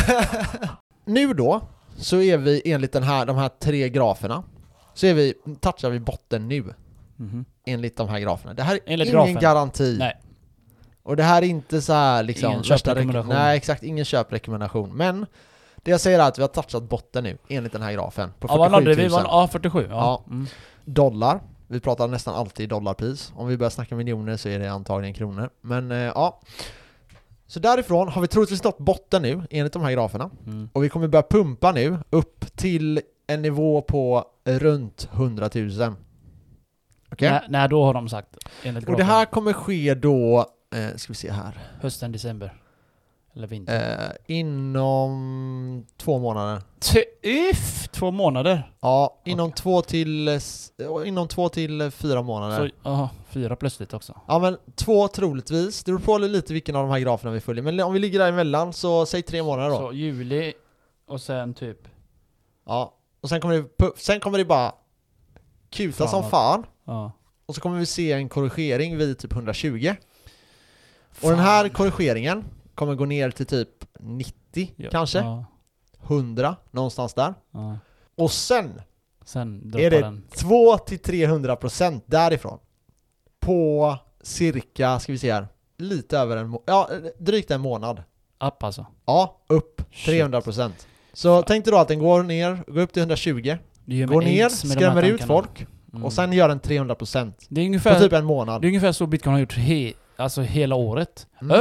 S1: Nu då, så är vi enligt den här, de här tre graferna, så är vi, touchar vi botten nu. Mm-hmm. Enligt de här graferna. Det här är enligt ingen grafen. Garanti.
S2: Nej.
S1: Och det här är inte så här liksom...
S2: Ingen köprekommendation.
S1: Nej, exakt. Ingen köprekommendation. Men det jag säger är att vi har touchat botten nu, enligt den här grafen. På fyrtiosju tusen.
S2: Vi var, ja, fyrtiosju. Ja.
S1: Ja.
S2: Mm.
S1: Dollar. Vi pratar nästan alltid dollarpris. Om vi börjar snacka miljoner så är det antagligen kronor. Men eh, ja. Så därifrån har vi troligtvis nått botten nu, enligt de här graferna. Mm. Och vi kommer börja pumpa nu upp till en nivå på runt hundratusen. Okej?
S2: Okay? Nej, då har de sagt. Enligt grafen.
S1: Och det här kommer ske då, eh, ska vi se här.
S2: Hösten, december. Eller vinter.
S1: Eh, inom två månader.
S2: Uff, två månader?
S1: Ja, inom, okay. två till, inom två till fyra månader.
S2: Så, aha, fyra plötsligt också.
S1: Ja, men två troligtvis. Det beror på lite vilken av de här graferna vi följer. Men om vi ligger där emellan så säg tre månader då.
S2: Så juli och sen typ...
S1: Ja, och sen kommer det, sen kommer det bara kuta fan, som fan.
S2: Ja.
S1: Och så kommer vi se en korrigering vid typ hundratjugo. Fan. Och den här korrigeringen kommer gå ner till typ nittio ja, kanske. Ja. hundra, någonstans där. Ja. Och sen,
S2: sen
S1: är det
S2: den.
S1: två till trehundra procent därifrån. På cirka, ska vi se här, lite över en må- ja, drygt en månad.
S2: Upp alltså?
S1: Ja, upp trehundra procent. Så ja. Tänk dig då att den går ner, går upp till hundratjugo. Går ner, skrämmer ut folk. Mm. Och sen gör den trehundra procent.
S2: Det är ungefär,
S1: på typ en månad.
S2: Det är ungefär så Bitcoin har gjort he, alltså hela året. Mm. Upp,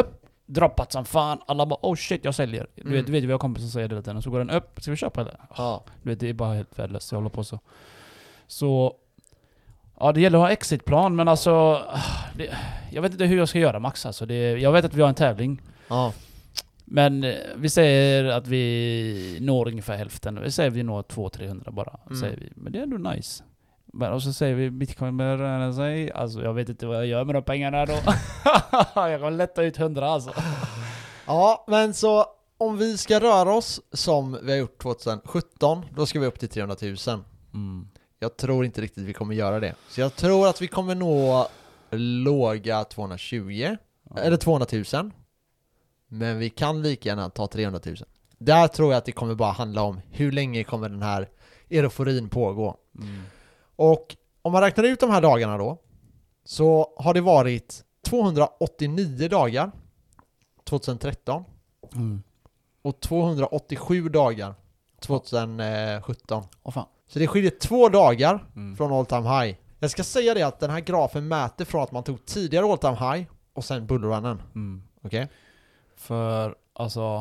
S2: droppat som fan. Alla bara, oh shit, jag säljer. Du
S1: Mm.
S2: vet, du vet, vi har kompisar som säger det hela tiden. Så går den upp, ska vi köpa eller?
S1: Ja.
S2: Du vet, det är bara helt värdelöst. Jag håller på så. Så, ja, det gäller att ha exitplan, men alltså, det, jag vet inte hur jag ska göra, Max. Alltså, det, jag vet att vi har en tävling.
S1: Ja.
S2: Men eh, vi säger att vi når ungefär hälften. Vi säger att vi når två till trehundra bara.
S1: Mm.
S2: Säger vi. Men det är ändå nice. Men, och så säger vi bitcoin börjar röra sig. Alltså jag vet inte vad jag gör med de pengarna då. Jag kommer lätta ut hundra alltså.
S1: Ja, men så om vi ska röra oss som vi har gjort tjugohundrasjutton, då ska vi upp till trehundratusen.
S2: Mm.
S1: Jag tror inte riktigt vi kommer göra det. Så jag tror att vi kommer nå låga tvåhundratjugo.
S2: Ja.
S1: Eller tvåhundratusen. Men vi kan lika gärna ta trehundratusen. Där tror jag att det kommer bara handla om hur länge kommer den här euforin pågå.
S2: Mm.
S1: Och om man räknar ut de här dagarna då, så har det varit tvåhundraåttionio dagar tjugotretton
S2: Mm.
S1: och tvåhundraåttiosju dagar tjugosjutton.
S2: Åh fan.
S1: Så det skiljer två dagar
S2: Mm.
S1: från all time high. Jag ska säga det att den här grafen mäter från att man tog tidigare all time high och sen bullrunnen.
S2: Mm.
S1: Okej? Okay?
S2: För alltså,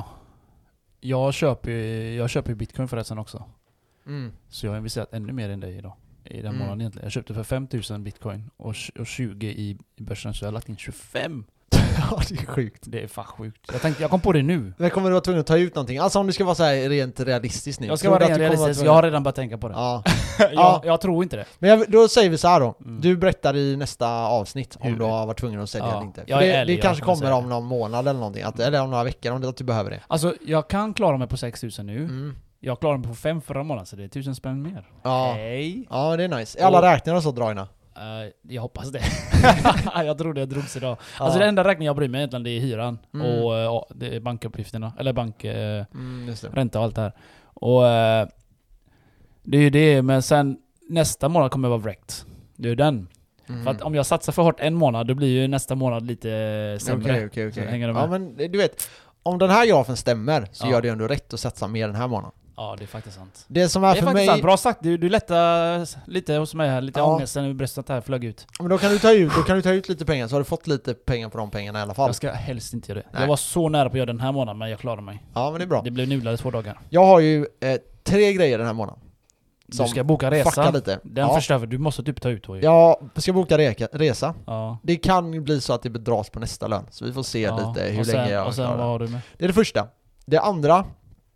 S2: jag köper ju, jag köper ju bitcoin förresten också.
S1: Mm.
S2: Så jag har investerat ännu mer än dig idag. I den
S1: Mm.
S2: månaden egentligen. Jag köpte för fem tusen bitcoin och, tj- och tjugo i, i börsen, så jag har lagt in tjugofem.
S1: Ja, det är sjukt.
S2: Det är fan sjukt. Jag tänkte, jag kom på det nu.
S1: Men kommer du vara tvungen att ta ut någonting? Alltså om du ska vara så här rent realistisk nu.
S2: Jag ska
S1: Tror
S2: vara
S1: du att
S2: ren
S1: du kommer
S2: realistisk,
S1: att-
S2: jag har redan börjat tänka på det.
S1: Ja.
S2: jag,
S1: Ja.
S2: jag tror inte det.
S1: Men jag, då säger vi så här då.
S2: Mm.
S1: Du berättar i nästa avsnitt om
S2: Hur-
S1: du har varit tvungen att sälja
S2: Ja.
S1: eller inte. För
S2: Jag är
S1: det,
S2: ärlig,
S1: det
S2: jag
S1: kanske
S2: kommer
S1: kommer
S2: säga
S1: om någon månad eller någonting. Att, eller om några veckor om det att du behöver det.
S2: Alltså, jag kan klara mig på sex tusen nu.
S1: Mm.
S2: Jag klarade mig på fem förra månaden, så det är tusen spänn mer.
S1: Ja.
S2: Hej!
S1: Ja, det är nice. Är alla
S2: Och-
S1: räkningar och så dragna?
S2: Uh, jag hoppas det. Jag tror det drogs idag.
S1: Ja.
S2: Alltså det enda räkningen jag bryr mig egentligen, det är hyran.
S1: Mm.
S2: Och uh, det är bankuppgifterna. Eller bank... Uh,
S1: Mm, just det.
S2: ränta och allt det här. Och uh, det är ju det, men sen nästa månad kommer jag vara wrecked. Det är ju den.
S1: Mm.
S2: För att om jag satsar för hårt en månad, då blir ju nästa månad lite sämre.
S1: Okej, okej,
S2: Så
S1: okej.
S2: hänger du med?
S1: Ja, men du vet, om den här grafen stämmer så
S2: Ja.
S1: gör det ändå rätt att satsa mer den här månaden.
S2: Ja, det är faktiskt sant.
S1: Det som är,
S2: Det är
S1: för
S2: faktiskt
S1: mig...
S2: sant. Bra sagt. Du, du lättar lite hos mig här. Lite
S1: Ja.
S2: ångesten i bröstet här flög ut.
S1: Men då kan, du ta ut, då kan du ta ut lite pengar, så har du fått lite pengar på de pengarna i alla fall.
S2: Jag ska helst inte göra det.
S1: Nej.
S2: Jag var så nära på att göra den här månaden, men jag klarade mig.
S1: Ja, men det är bra.
S2: Det blev nudlade två dagar.
S1: Jag har ju eh, tre grejer den här månaden.
S2: Du
S1: Som
S2: ska boka
S1: fuckar
S2: resa.
S1: lite.
S2: Den
S1: Ja.
S2: förstör, du måste typ ta ut då ju.
S1: Jag ska boka reka, resa.
S2: Ja.
S1: Det kan ju bli så att det bedras på nästa lön. Så vi får se
S2: Ja.
S1: lite hur
S2: och sen,
S1: länge jag
S2: Och sen
S1: klarar
S2: vad
S1: det.
S2: har du med?
S1: Det är det första. Det andra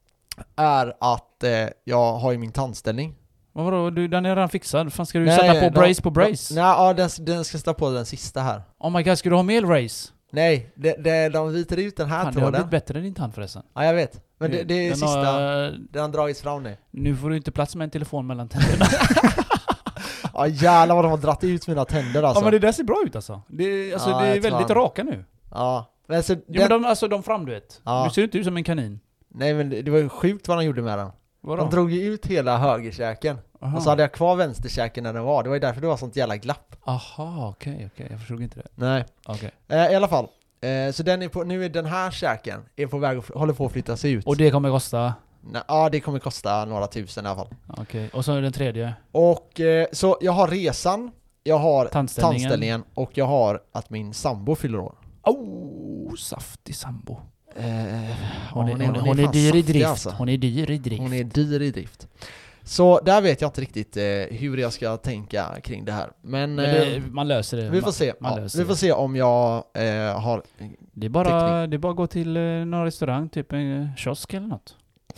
S1: är att eh, jag har ju min tandställning.
S2: Vad vadå? Du, den är redan fixad. Fan, ska du
S1: Nej,
S2: sätta på
S1: de-
S2: brace på brace?
S1: Nej, ja, den, den ska sätta på den sista här.
S2: Oh my god, ska du ha mer race?
S1: Nej, det, det, de viter ut den här
S2: Fan, det har
S1: tråden.
S2: blivit bättre din tand förresten.
S1: Ja, jag vet. Men det, det är
S2: Den
S1: sista.
S2: har-
S1: Den har dragits fram nu.
S2: nu får du inte plats med en telefon mellan tänderna.
S1: Ja, jävlar vad de har dratt ut mina tänder alltså.
S2: Ja, men det där ser bra ut alltså. Det, är- alltså,
S1: Ja,
S2: det är
S1: jag tror
S2: väldigt
S1: han-
S2: raka nu.
S1: Ja. Men alltså,
S2: Jo,
S1: den,
S2: men de, alltså de fram du vet.
S1: Ja.
S2: Du ser inte ut som en kanin.
S1: Nej, men det, det var ju sjukt vad de gjorde med den.
S2: Vadå?
S1: De drog ju ut hela högerkäken.
S2: Aha.
S1: Och så hade jag kvar vänsterkäken när den var. Det var ju därför det var sånt jävla glapp.
S2: Aha, okej, okej. Jag förstod inte det.
S1: Nej.
S2: Okej.
S1: Eh, I alla fall. Eh, så den är på, nu är den här käken är på väg att, håller på att flyttas ut.
S2: Och det kommer kosta?
S1: Nej, ja, det kommer kosta några tusen i alla fall.
S2: Okej. Och så är den tredje?
S1: Och eh, så jag har resan, jag har
S2: Tandställningen.
S1: tandställningen och jag har att min sambo fyller år.
S2: Oh, saftig sambo.
S1: Eh,
S2: Hon är,
S1: hon är-
S2: hon är,
S1: hon är
S2: hon är
S1: fan
S2: dyr i
S1: saftig,
S2: drift.
S1: alltså.
S2: Hon är dyr i drift.
S1: Hon är dyr i drift. Så där vet jag inte riktigt eh, hur jag ska tänka kring det här. Men,
S2: Men
S1: eh,
S2: det, man löser det.
S1: vi får
S2: Man-
S1: se.
S2: man
S1: Ja,
S2: löser
S1: vi får
S2: det.
S1: se om jag eh, har...
S2: Det är bara, det är bara att gå till eh, någon restaurang, typ en eh, kiosk eller något.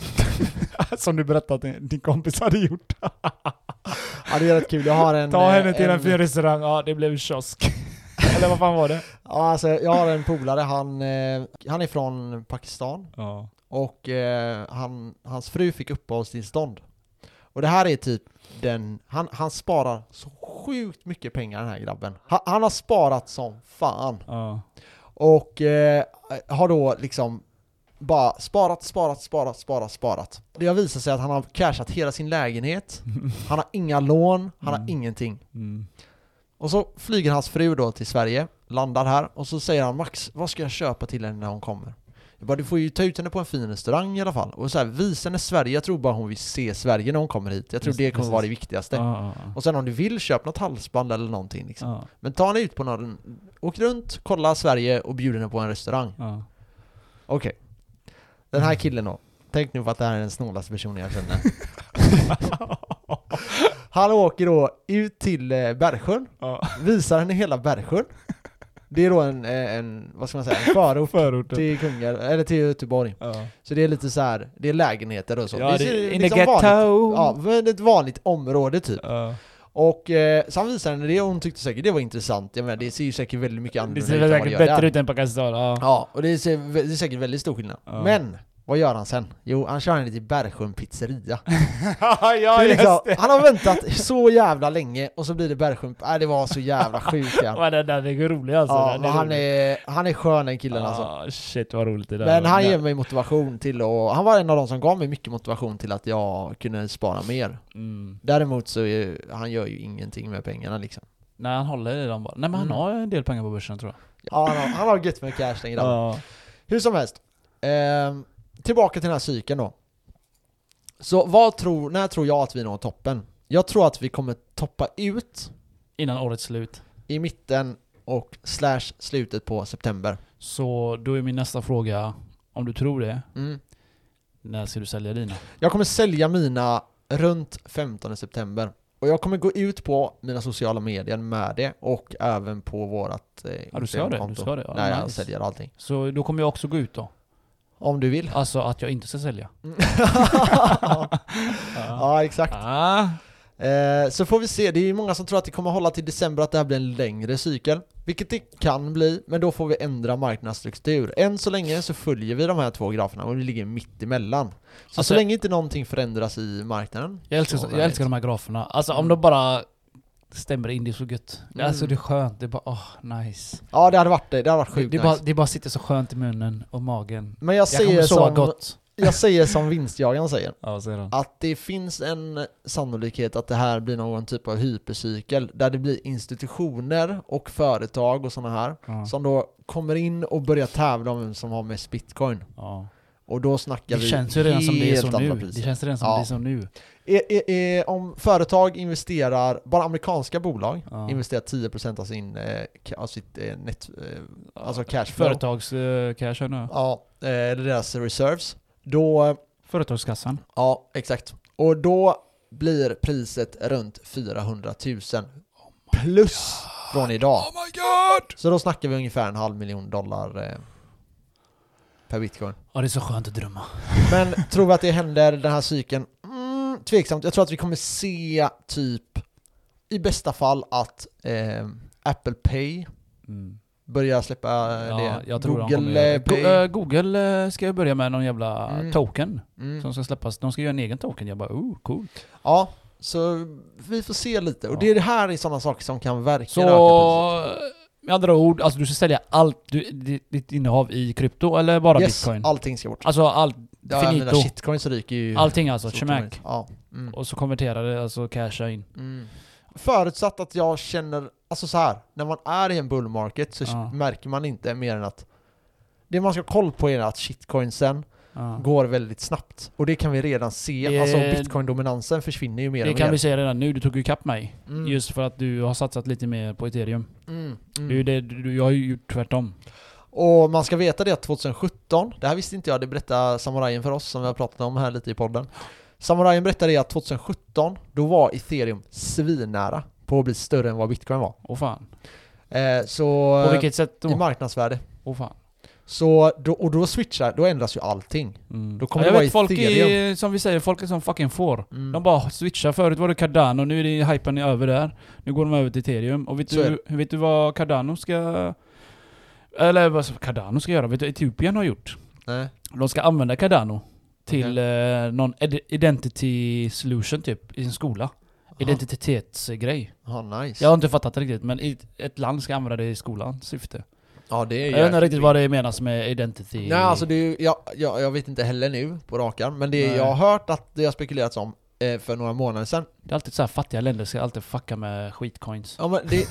S2: Som du berättade att din, din kompis hade gjort.
S1: Ja, det är rätt kul. Jag har en...
S2: Ta
S1: eh,
S2: henne till en, fin restaurang. Ja, det blev kiosk. Eller vad fan var det?
S1: Ja, alltså, jag har en polare. Han, eh, han är från Pakistan.
S2: Ja.
S1: Och eh, han, hans fru fick uppehållstillstånd. Och det här är typ den... Han, han sparar så sjukt mycket pengar, den här grabben. Han, han har sparat som fan.
S2: Ja.
S1: Och eh, har då liksom bara sparat, sparat, sparat, sparat, sparat. Det har visat sig att han har cashat hela sin lägenhet. Han har inga lån, han har
S2: Mm.
S1: ingenting.
S2: Mm.
S1: Och så flyger hans fru då till Sverige, landar här och så säger han: Max, vad ska jag köpa till henne när hon kommer? Jag bara, du får ju ta ut henne på en fin restaurang i alla fall. Och så här, visa henne Sverige. Jag tror bara hon vill se Sverige när hon kommer hit. Jag tror
S2: Just-
S1: det kommer
S2: precis.
S1: vara det viktigaste.
S2: Ja, ja, ja.
S1: Och sen om du vill, köp något halsband eller någonting liksom.
S2: Ja,
S1: Men ta henne ut på någon, åk runt, kolla Sverige och bjud henne på en restaurang.
S2: ja.
S1: Okej. Den här killen då. Tänk nu på att det här är den snålaste personen jag känner. Han åker då ut till eh, Bergsjön.
S2: Ja.
S1: Visar henne hela Bergsjön. Det är då en, en vad ska man säga, en förort
S2: Förorten.
S1: till Kungälv, eller till Göteborg.
S2: Ja.
S1: Så det är lite så här, det är lägenheter och så.
S2: Ja, det
S1: är
S2: är in
S1: liksom
S2: the ghetto.
S1: vanligt, ja, men ett vanligt område typ.
S2: Ja.
S1: Och eh, så han visade henne det och hon tyckte säkert det var intressant. Jag menar, det ser ju säkert väldigt mycket
S2: Det
S1: annorlunda
S2: ser
S1: ut än vad
S2: säkert
S1: det gör
S2: bättre
S1: där.
S2: ut än på Kastar. Ja.
S1: Ja, och det, ser, det är säkert väldigt stor skillnad.
S2: Ja.
S1: Men, vad gör han sen? Jo, han kör henne till Bergsjön pizzeria.
S2: ja,
S1: Det är
S2: just
S1: liksom,
S2: det.
S1: han har väntat så jävla länge och så blir det Bergsjön. Nej, det var så jävla sjukt. Ja.
S2: Ja, den där är rolig alltså.
S1: Ja,
S2: Den
S1: men han
S2: rolig.
S1: är, han är skön den killen alltså.
S2: Ah, shit vad roligt det där
S1: Men
S2: var.
S1: han
S2: Nej.
S1: ger mig motivation till och han var en av de som gav mig mycket motivation till att jag kunde spara mer.
S2: Mm.
S1: Däremot så är, han gör ju ingenting med pengarna liksom.
S2: Nej, han håller i dem bara. Nej, men han
S1: Mm.
S2: har en del pengar på börsen tror jag.
S1: Ja, han har, han har gött med cash den grabben.
S2: Ja.
S1: Hur som helst. Ehm, tillbaka till den här cykeln då. Så vad tror, när tror jag att vi når toppen? Jag tror att vi kommer toppa ut
S2: Innan årets slut.
S1: i mitten och slash slutet på september.
S2: Så då är min nästa fråga, om du tror det,
S1: Mm.
S2: när ska du sälja dina?
S1: Jag kommer sälja mina runt femtonde september. Och jag kommer gå ut på mina sociala medier med det och även på vårat eh,
S2: Ja, du ska det, du ska det. Ja,
S1: Nej, jag
S2: nice.
S1: säljer allting.
S2: Så då kommer jag också gå ut då.
S1: Om du vill.
S2: Alltså att jag inte ska sälja.
S1: Ja, exakt.
S2: Ah.
S1: Eh, så får vi se. Det är ju många som tror att det kommer hålla till december, att det här blir en längre cykel. Vilket det kan bli, men då får vi ändra marknadsstruktur. Än så länge så följer vi de här två graferna och vi ligger mitt emellan. Så
S2: Alltså,
S1: så länge inte någonting förändras i marknaden.
S2: Jag älskar,
S1: så
S2: jag älskar de här graferna. Alltså om
S1: Mm.
S2: de bara stämmer in, det är så gött.
S1: Mm.
S2: Alltså det är skönt, det är bara, åh, nice.
S1: Ja, det hade varit det. Det hade varit
S2: Det,
S1: sjukt
S2: det,
S1: nice.
S2: bara, det bara sitter så skönt i munnen och magen.
S1: Men jag
S2: Jag
S1: säger,
S2: kommer sova
S1: som,
S2: gott.
S1: jag säger som vinstjagaren säger.
S2: Ja, vad säger han?
S1: Att det finns en sannolikhet att det här blir någon typ av hypercykel där det blir institutioner och företag och sådana här
S2: Ja.
S1: som då kommer in och börjar tävla om vem som har mest bitcoin.
S2: Ja.
S1: Och då snackar
S2: Det
S1: vi
S2: känns ju redan som det är så
S1: helt andra
S2: nu.
S1: priser.
S2: Det känns redan som
S1: Ja.
S2: det är så nu.
S1: Är, är, är, om företag investerar, bara amerikanska bolag
S2: Ja.
S1: investerar tio procent av sin eh, ka- av sitt eh, net, eh, alltså cash flow.
S2: Företags uh, cash här nu.
S1: Ja, eh, eller deras reserves. Då,
S2: Företagskassan.
S1: ja, exakt. Och då blir priset runt fyrahundratusen plus från idag.
S2: Oh my god!
S1: Så då snackar vi ungefär en halv miljon dollar eh, per bitcoin.
S2: Ja, det är så skönt att drömma.
S1: Men tror vi att det händer den här cykeln? Mm, tveksamt. Jag tror att vi kommer se typ i bästa fall att eh, Apple Pay
S2: Mm.
S1: börjar släppa eh,
S2: Ja,
S1: det.
S2: jag tror de
S1: Google
S2: kommer,
S1: eh, Pay.
S2: Go- eh, Google eh, ska ju börja med någon jävla
S1: Mm.
S2: token
S1: Mm.
S2: som ska släppas. De ska göra en egen token. Jag bara, oh, coolt.
S1: Ja, så vi får se lite. Och
S2: Ja.
S1: det är det här är sådana saker som kan verkligen
S2: Så
S1: öka priset.
S2: med andra ord, alltså du ska sälja allt du, ditt, ditt innehav i krypto eller bara
S1: Yes,
S2: bitcoin?
S1: allting ska bort.
S2: Alltså allt,
S1: Ja, jag menar,
S2: finito.
S1: shitcoins ryker ju.
S2: Allting alltså,
S1: så
S2: chemak.
S1: otroligt. Ja. Mm.
S2: Och så konvertera det, alltså casha in.
S1: Mm. Förutsatt att jag känner, alltså så här, när man är i en bull market så
S2: Ja.
S1: märker man inte mer än att det man ska ha koll på är att shitcoinsen
S2: Ja.
S1: går väldigt snabbt. Och det kan vi redan se.
S2: Det-
S1: Alltså bitcoin-dominansen försvinner ju mer
S2: Det
S1: och
S2: kan
S1: mer.
S2: vi säga redan nu, du tog ju kapp mig.
S1: Mm.
S2: Just för att du har satsat lite mer på ethereum.
S1: Mm. Mm.
S2: Det är ju det, du, jag har ju gjort tvärtom.
S1: Och man ska veta det att tjugohundrasjutton, det här visste inte jag, det berättade Samurajen för oss som vi har pratat om här lite i podden. Samurajen berättade det att tjugohundrasjutton, då var ethereum svinnära på att bli större än vad bitcoin var.
S2: Åh fan.
S1: Eh, så
S2: På vilket sätt
S1: i
S2: då?
S1: marknadsvärde.
S2: Åh fan.
S1: Så då, och då switchar, då ändras ju allting.
S2: Mm.
S1: Då kommer
S2: Ja,
S1: det
S2: jag
S1: vara
S2: vet folk
S1: ethereum.
S2: i, som vi säger, folk är som fucking får.
S1: Mm.
S2: De bara switchar. Förut var det Cardano, nu är det hypen är över där. Nu går de över till ethereum. Och vet
S1: Så är
S2: du, vet du vad Cardano ska... Eller vad Cardano ska göra? Vet du vad Etiopien har gjort?
S1: Nej.
S2: De ska använda Cardano till eh, någon ed- identity solution typ i sin skola. Identitetsgrej.
S1: Ja, nice.
S2: Jag har inte fattat det riktigt, men i- ett land ska använda det i skolans syfte.
S1: Ja, det är
S2: Jag vet inte
S1: jäkligt
S2: riktigt vad det menas med identity.
S1: Nej, alltså det är ju, jag, jag, jag vet inte heller nu på rakan, men det
S2: Nej.
S1: jag har hört att det har spekulerats om eh, för några månader sedan.
S2: Det är alltid så här, fattiga länder ska alltid fucka med skitcoins.
S1: Ja, men det,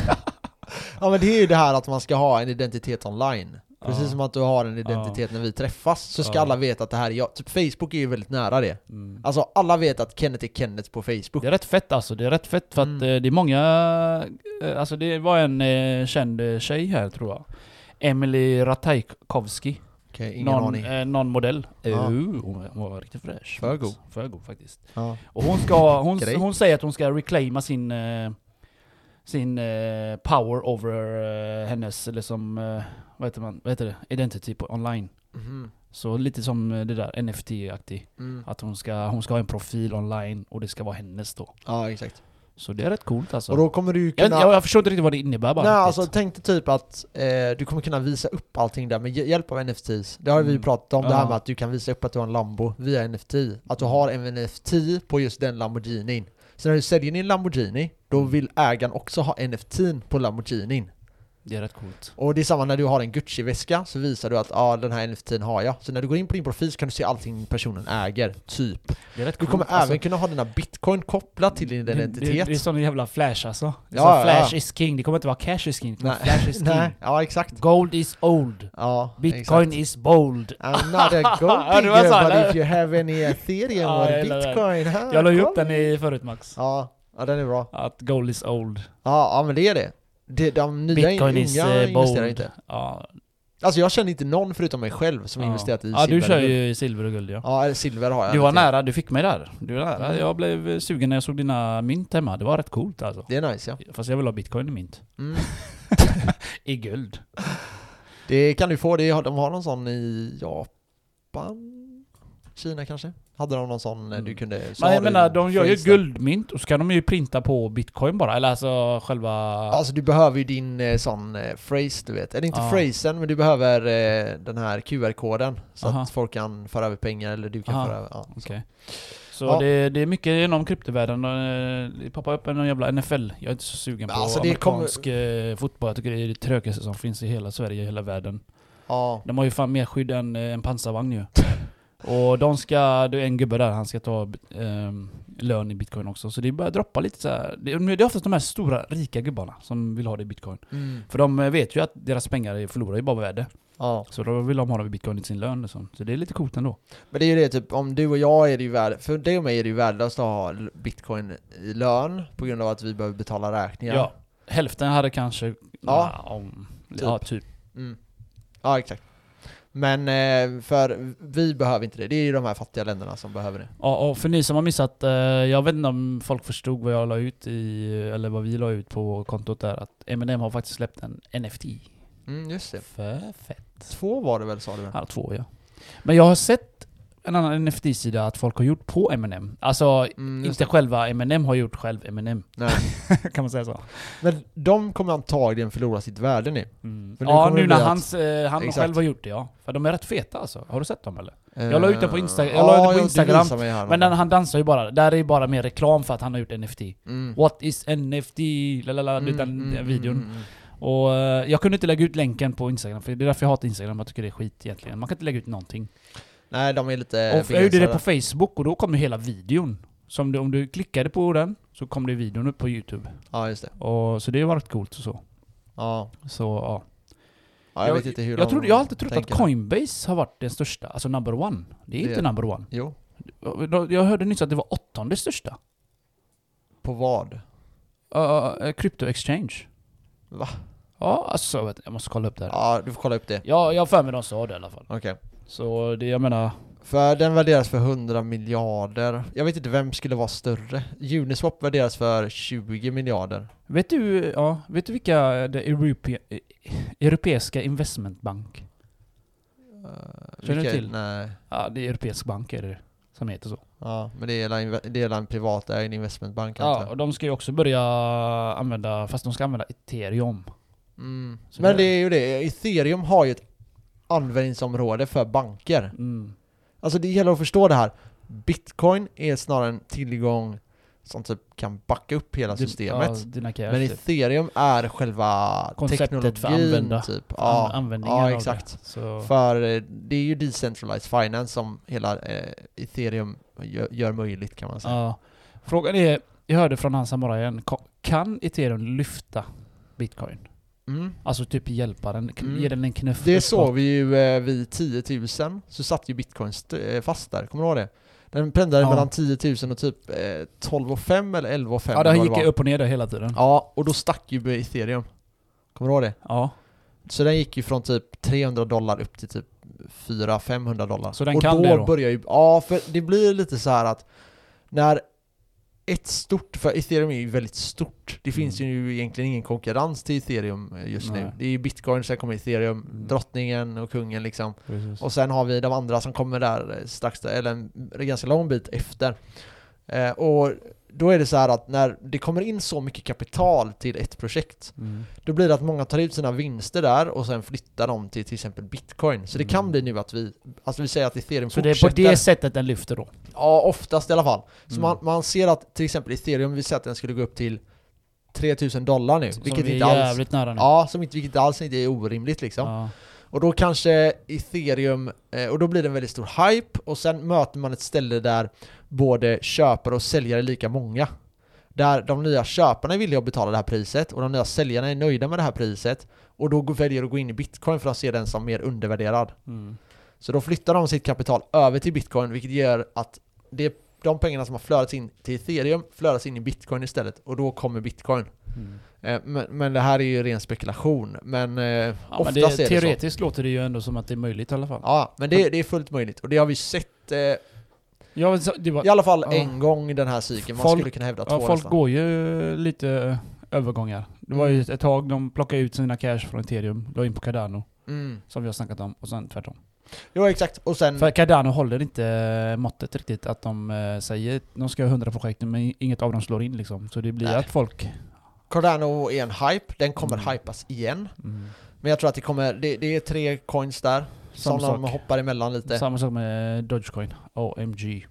S1: ja, men det är ju det här att man ska ha en identitet online. Precis
S2: Ja.
S1: som att du har en identitet när vi träffas, så ska
S2: Ja.
S1: alla veta att det här är jag. Typ Facebook är ju väldigt nära det.
S2: Mm.
S1: Alltså alla vet att Kenneth är Kenneth på Facebook.
S2: Det är rätt fett alltså, det är rätt fett för att
S1: Mm.
S2: eh, det är många... eh, Alltså det var en eh, känd eh, tjej här tror jag. Emily Ratajkowski.
S1: Okej, ingen
S2: någon,
S1: aning.
S2: eh, någon modell.
S1: Ja.
S2: Uh, hon hon var riktigt fräsch.
S1: För god.
S2: För god faktiskt.
S1: Ja.
S2: Och hon ska, hon,
S1: Grej.
S2: hon säger att hon ska reclaima sin eh, sin eh, power over eh, hennes, eller som, eh, vad heter man, vad heter det? Identity på online.
S1: Mhm.
S2: Så lite som eh, det där N F T-aktigt.
S1: Mm.
S2: Att hon ska, hon ska ha en profil online och det ska vara hennes då.
S1: Ja, exakt.
S2: Så det är rätt coolt alltså.
S1: Och då kommer du ju
S2: jag,
S1: kunna...
S2: jag, jag förstår inte riktigt vad det innebär bara.
S1: Nej,
S2: riktigt.
S1: alltså tänk dig typ att eh, du kommer kunna visa upp allting där med hj- hjälp av N F Ts. Det har vi ju
S2: Mm.
S1: pratat om, det
S2: Ja.
S1: här med att du kan visa upp att du har en Lambo via N F T. Att du har en N F T på just den Lamborghinin. Så när du säljer din Lamborghini, då vill ägaren också ha N F T:n på Lamborghinin.
S2: Det är rätt coolt.
S1: Och det är samma när du har en Gucci-väska, så visar du att ja, ah, den här N F T:n har jag. Så när du går in på din profil så kan du se allting personen äger, typ.
S2: Det är rätt
S1: Du
S2: coolt.
S1: kommer
S2: alltså,
S1: även kunna ha dina bitcoin kopplat till din
S2: det,
S1: identitet.
S2: det, det är sån jävla flash alltså. Det är
S1: Ja,
S2: så flash
S1: ja.
S2: is king. Det kommer inte vara cash is king. Det kommer
S1: Nej.
S2: vara flash is king.
S1: Nej, ja exakt.
S2: Gold is old.
S1: Ja,
S2: Bitcoin
S1: exakt.
S2: is bold.
S1: I'm not a gold
S2: Ja, det var
S1: digger,
S2: så,
S1: but
S2: eller?
S1: if you have any ethereum
S2: Ja,
S1: or
S2: jag gillar den.
S1: bitcoin, huh?
S2: Jag la ju upp
S1: Kolla.
S2: den i förut Max.
S1: Ja, ja, den är bra.
S2: Att gold is old.
S1: Ja, ja men det är det. det de nya
S2: Bitcoin
S1: unga
S2: is eh,
S1: investerar
S2: bold.
S1: inte.
S2: Ja,
S1: Alltså jag känner inte någon förutom mig själv som
S2: ja.
S1: investerat i
S2: Ja,
S1: silver.
S2: du kör
S1: och guld.
S2: ju i silver och guld ja.
S1: Ja, eller silver har jag.
S2: Du var
S1: lite.
S2: nära, du fick mig där. Du var nära.
S1: Mm.
S2: Jag blev sugen när jag såg dina mynt hemma. Det var rätt coolt alltså.
S1: Det är nice, ja.
S2: Fast jag vill ha bitcoin i mynt.
S1: Mm.
S2: I guld.
S1: Det kan du få. Det har, de har någon sån i Japan, Kina kanske. Hade de någon sån
S2: Mm.
S1: du kunde... så
S2: Men
S1: har
S2: jag
S1: du
S2: menar, de gör ju
S1: phrase där.
S2: guldmynt och så kan de ju printa på bitcoin bara. Eller alltså själva...
S1: Alltså du behöver ju din eh, sån eh, phrase, du vet. Eller inte
S2: Ja.
S1: phrasen, men du behöver eh, den här Q R-koden. Så
S2: Aha.
S1: att folk kan föra över pengar eller du kan
S2: Aha.
S1: föra över... Ja, så.
S2: Okej. Så
S1: Ja.
S2: det, det är mycket inom kryptovärlden. Eh, Det poppar upp en jävla N F L. Jag är inte så sugen på
S1: Alltså, det
S2: amerikansk eh, fotboll. Jag tycker det är det trögaste som finns i hela Sverige, i hela världen.
S1: Ja.
S2: De har ju fan mer skydd än eh, en pansarvagn ju. Och de ska, det är en gubbe där, han ska ta eh, lön i bitcoin också. Så det börjar droppa lite så här. Det, det är oftast de här stora, rika gubbarna som vill ha det i bitcoin.
S1: Mm.
S2: För de eh, vet ju att deras pengar förlorar ju bara värde.
S1: Ja.
S2: Så då vill de ha det i bitcoin i sin lön liksom. Så det är lite coolt ändå.
S1: Men det är ju det, typ, om du och jag är det ju värd, för dig och mig är det ju värdelöst att ha bitcoin i lön på grund av att vi behöver betala räkningar.
S2: Ja. Hälften hade kanske...
S1: Ja.
S2: Ja, om,
S1: Typ.
S2: ja typ.
S1: Mm. Ja, exakt. Men eh, för vi behöver inte det. Det är ju de här fattiga länderna som behöver det.
S2: Ja, och för ni som har missat, eh, jag vet inte om folk förstod vad jag la ut i, eller vad vi la ut på kontot där, att Eminem har faktiskt släppt en N F T.
S1: Mm, just det.
S2: För fett.
S1: Två var det väl, sa du väl?
S2: Ja, två ja. Men jag har sett en annan N F T-sida att folk har gjort på Eminem. Alltså,
S1: Mm, just
S2: inte själva Eminem har gjort själv Eminem.
S1: Nej.
S2: Kan man säga så?
S1: Men de kommer antagligen förlora sitt värde nu.
S2: Mm.
S1: För nu
S2: Ja,
S1: kommer det
S2: nu
S1: bli
S2: när
S1: att-
S2: hans, eh, han
S1: Exakt.
S2: själv har gjort det ja. För de är rätt feta alltså. Har du sett dem eller?
S1: Eh,
S2: Jag la ut det på Insta- jag la
S1: ja,
S2: ut det på
S1: jo, du
S2: Instagram,
S1: visar mig här
S2: Men
S1: någon.
S2: den, han dansar ju bara. Där är ju bara mer reklam för att han har gjort N F T.
S1: Mm.
S2: What is N F T? Lalala,
S1: Mm,
S2: den,
S1: mm,
S2: den videon.
S1: mm, mm.
S2: Och eh, jag kunde inte lägga ut länken på Instagram, för det är därför jag hatar Instagram. Jag tycker det är skit egentligen. Man kan inte lägga ut någonting.
S1: Nej, de är lite
S2: och jag gjorde det på
S1: begränsade.
S2: Facebook och då kom ju hela videon. Så om du, om du klickade på den så kom det videon upp på YouTube.
S1: Ja, just det.
S2: Och, så det var rätt coolt och så.
S1: Ja.
S2: Så ja.
S1: Ja, jag, vet inte hur
S2: jag,
S1: de
S2: trodde, jag har alltid trott
S1: tänker.
S2: att Coinbase har varit den största. Alltså number one. Det är
S1: Det-
S2: inte number one.
S1: Jo.
S2: Jag hörde nyss att det var åttonde största.
S1: På vad?
S2: Uh, Crypto Exchange.
S1: Va?
S2: Ja, alltså vet, jag måste kolla upp det här.
S1: Ja, du får kolla upp det.
S2: Ja, jag har för mig de sa det i alla fall.
S1: Okej.
S2: Så det, jag menar...
S1: För den värderas för hundra miljarder. Jag vet inte vem skulle vara större. Uniswap värderas för tjugo miljarder.
S2: Vet du, ja, vet du vilka det Europe, Europeiska Investmentbank?
S1: Uh,
S2: Känner du till?
S1: Nej.
S2: Ja, det är Europeisk bank är det som heter så.
S1: Ja, men det är en, det är en privatägd investmentbank antar
S2: Ja,
S1: jag.
S2: och de ska ju också börja använda, fast de ska använda Ethereum.
S1: Mm.
S2: Så
S1: Men
S2: det-
S1: det är ju det. Ethereum har ju ett användningsområde för banker.
S2: Mm.
S1: Alltså det gäller att förstå det här. Bitcoin är snarare en tillgång som typ kan backa upp hela systemet.
S2: Ja, dina cash,
S1: Men
S2: typ.
S1: ethereum är själva
S2: Konceptet
S1: teknologin
S2: för använda.
S1: typ.
S2: An-
S1: Ja,
S2: användningen
S1: ja
S2: av
S1: exakt.
S2: det. Så,
S1: För eh, det är ju decentralized finance som hela eh, ethereum gör, gör möjligt kan man säga.
S2: ja. Frågan är, jag hörde från han samurajen, ko- kan Ethereum lyfta Bitcoin?
S1: Mm.
S2: Alltså typ hjälpa den, k-
S1: Mm.
S2: ge den en knuff
S1: Det
S2: uppåt.
S1: såg vi ju eh, vid tio tusen, så satt ju bitcoin st- eh, fast där, kommer du ihåg det? Den pendlade
S2: Ja.
S1: mellan tio tusen och typ eh, tolv och fem eller elva och fem.
S2: Ja,
S1: eller
S2: det
S1: vad
S2: gick
S1: var.
S2: upp och ner där hela tiden.
S1: Ja, och då stack ju ethereum. Kommer du ihåg det?
S2: Ja.
S1: Så den gick ju från typ trehundra dollar upp till typ fyra till femhundra dollar.
S2: Så den
S1: och
S2: kan
S1: då
S2: det då?
S1: börjar ju, ja, för det blir lite så här att när ett stort, för Ethereum är ju väldigt stort. Det finns
S2: Mm.
S1: ju egentligen ingen konkurrens till Ethereum just
S2: Nej.
S1: nu. Det är ju Bitcoin, sen kommer Ethereum,
S2: Mm.
S1: drottningen och kungen liksom.
S2: Precis.
S1: Och sen har vi de andra som kommer där strax där, eller en ganska lång bit efter. Eh, och då är det så här att när det kommer in så mycket kapital till ett projekt,
S2: Mm.
S1: då blir det att många tar ut sina vinster där och sen flyttar dem till till exempel Bitcoin. Så det kan
S2: Mm.
S1: bli nu att vi, alltså vi säger att Ethereum
S2: Så det är
S1: fortsätter.
S2: på det sättet den lyfter då?
S1: Ja, oftast i alla fall. Så
S2: Mm.
S1: man, man ser att till exempel Ethereum, vi säger att den skulle gå upp till tre tusen dollar nu.
S2: Som
S1: vilket
S2: är
S1: inte alls,
S2: jävligt nära nu.
S1: ja, som inte, vilket alls inte är orimligt liksom.
S2: Ja.
S1: Och då kanske Ethereum, eh, och då blir det en väldigt stor hype, och sen möter man ett ställe där både köpare och säljare är lika många. Där de nya köparna är villiga att betala det här priset och de nya säljarna är nöjda med det här priset, och då väljer de att gå in i Bitcoin för att se den som mer undervärderad.
S2: Mm.
S1: Så då flyttar de sitt kapital över till Bitcoin, vilket gör att det, de pengarna som har flödats in till Ethereum flödas in i Bitcoin istället, och då kommer Bitcoin.
S2: Mm.
S1: Eh, men, men det här är ju ren spekulation, men eh,
S2: Ja,
S1: oftast
S2: men det,
S1: är det så.
S2: teoretiskt låter det ju ändå som att det är möjligt i alla fall.
S1: Ja, men det, det är fullt möjligt. Och det har vi sett eh,
S2: Ja, men så- det var,
S1: i alla fall
S2: Ja.
S1: en gång i den här cykeln. Man
S2: Folk-
S1: skulle kunna hävda två
S2: ja, folk
S1: nästan.
S2: går ju lite övergångar. Det var ju ett tag de plockade ut sina cash från Ethereum, la in på Cardano,
S1: Mm.
S2: som vi har snackat om, och sen tvärtom.
S1: Jo, exakt. Och sen...
S2: För Cardano håller inte måttet riktigt, att de eh, säger att de ska ha hundra projekt, men inget av dem slår in liksom. Så det blir
S1: Nej.
S2: att folk...
S1: Cardano är en hype. Den kommer
S2: Mm.
S1: hypas igen.
S2: Mm.
S1: Men jag tror att det kommer... Det, det är tre coins där.
S2: Samma
S1: Som de
S2: sak.
S1: hoppar emellan lite.
S2: Samma sak med Dogecoin, O M G.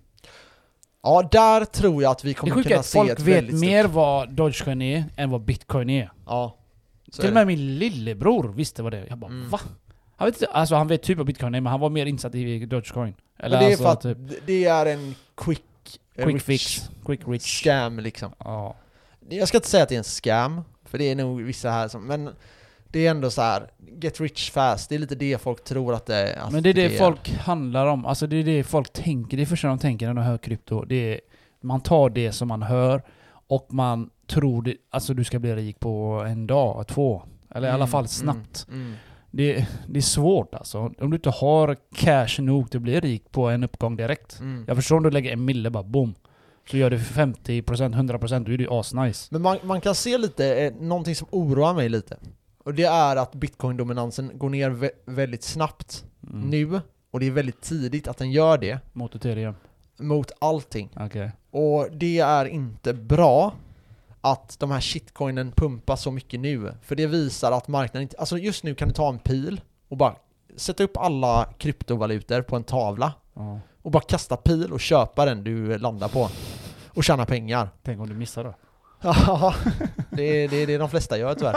S1: Ja, där tror jag att vi
S2: Det
S1: kommer
S2: sjuka är
S1: kunna
S2: att
S1: se
S2: folk
S1: ett
S2: vet
S1: väldigt
S2: mer
S1: stort...
S2: vad Dogecoin är än vad Bitcoin är.
S1: Ja. Så
S2: Till och
S1: är
S2: med min lillebror visste vad det är. Jag bara,
S1: Mm.
S2: va? Han vet inte, alltså han vet typ vad Bitcoin är, men han var mer insatt i Dogecoin.
S1: det.
S2: Eller
S1: Men det är
S2: alltså,
S1: för att
S2: typ,
S1: det är en quick...
S2: quick
S1: rich
S2: fix, quick rich.
S1: Scam liksom.
S2: Ja.
S1: Jag ska inte säga att det är en scam, för det är nog vissa här som... Men det är ändå så här, get rich fast. Det är lite det folk tror att det är. Att
S2: Men det är det folk handlar om. Alltså det är det folk tänker. Det är första de tänker när de hör krypto. Det är, man tar det som man hör och man tror det, alltså du ska bli rik på en dag, två. Eller i alla fall snabbt.
S1: Mm, mm.
S2: Det, det är svårt alltså. Om du inte har cash nog till att bli rik på en uppgång direkt.
S1: Mm.
S2: Jag förstår om du lägger en mille bara boom. Så gör du femtio procent, hundra procent, då är det ju asnice.
S1: Men man, man kan se lite, eh, någonting som oroar mig lite. Och det är att Bitcoin-dominansen går ner vä- väldigt snabbt
S2: Mm.
S1: nu. Och det är väldigt tidigt att den gör det
S2: Mot Ethereum.
S1: mot allting.
S2: Okej.
S1: Och det är inte bra att de här shitcoinen pumpas så mycket nu. För det visar att marknaden inte... Alltså just nu kan du ta en pil och bara sätta upp alla kryptovalutor på en tavla.
S2: Ja.
S1: Och bara kasta pil och köpa den du landar på. Och tjäna pengar.
S2: Tänk om du missar då.
S1: Ja, det är det, är det de flesta gör tyvärr.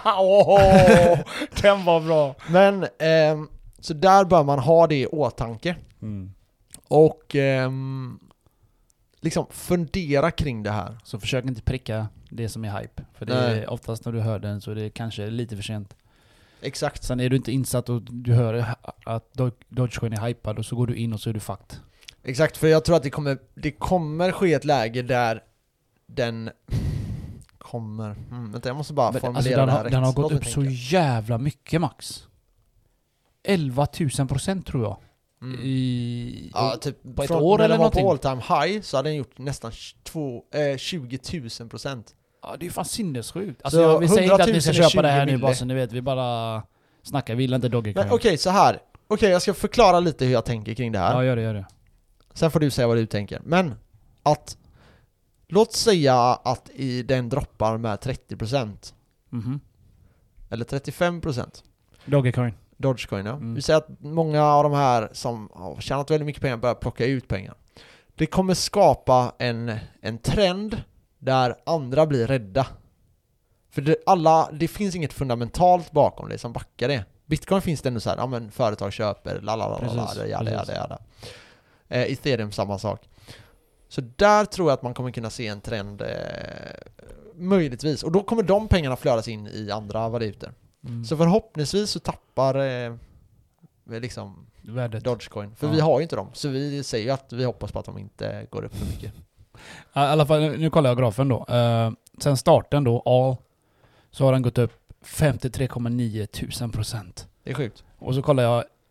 S2: Åh, den var bra.
S1: Men, ehm, så där bör man ha det i åtanke.
S2: Mm.
S1: Och ehm, liksom fundera kring det här.
S2: Så försök inte pricka det som är hype. För det
S1: Nej.
S2: är oftast när du hör den så är det kanske lite för sent.
S1: Exakt.
S2: Sen är du inte insatt och du hör att Do- Dogecoin är hypad och så går du in och så är du fucked.
S1: Exakt, för jag tror att det kommer, det kommer ske ett läge där den kommer... Mm, vänta, jag måste bara
S2: Men,
S1: formulera
S2: alltså, den,
S1: det här
S2: har,
S1: rätt.
S2: den har
S1: Låt
S2: gått
S1: mig
S2: upp så
S1: tänka.
S2: jävla mycket max. elva tusen procent tror jag.
S1: Mm.
S2: I,
S1: Ja, typ
S2: på ett
S1: från,
S2: år
S1: när
S2: eller
S1: den var på
S2: någonting.
S1: all time high så hade den gjort nästan två, eh, tjugo tusen procent.
S2: Ja, det är ju fan sinnessjukt. Alltså,
S1: Så
S2: jag, vi säger inte att ni ska
S1: hundratusen är
S2: köpa det här
S1: tjugo
S2: nu bara
S1: mille.
S2: så ni vet. Vi bara snackar. Vi gillar inte Dogecoin.
S1: Men okej, så här. Okej, jag ska förklara lite hur jag tänker kring det här.
S2: Ja, gör det, gör det.
S1: Sen får du säga vad du tänker. Men att låt säga att i den droppar med trettio procent
S2: Mhm.
S1: eller trettiofem procent
S2: Dogecoin.
S1: Dogecoin, ja.
S2: Mm.
S1: Vi säger att många av de här som har tjänat väldigt mycket pengar börjar plocka ut pengar. Det kommer skapa en, en trend där andra blir rädda. För det, alla, det finns inget fundamentalt bakom det som backar det. Bitcoin finns det ändå så här, ja men företag köper, lalalala,
S2: Precis,
S1: jada, jada,
S2: precis.
S1: jada. Eh, Ethereum samma sak. Så där tror jag att man kommer kunna se en trend, eh, möjligtvis. Och då kommer de pengarna flödas in i andra valutor.
S2: Mm.
S1: Så förhoppningsvis så tappar eh, liksom
S2: Värdet.
S1: Dogecoin. För
S2: Ja.
S1: vi har ju inte dem. Så vi säger ju att vi hoppas på att de inte går upp för mycket.
S2: Ja, i alla fall, nu kollar jag grafen då. Uh, sen starten då, all, så har den gått upp femtiotre komma nio tusen procent.
S1: Det är sjukt.
S2: Och så kollar jag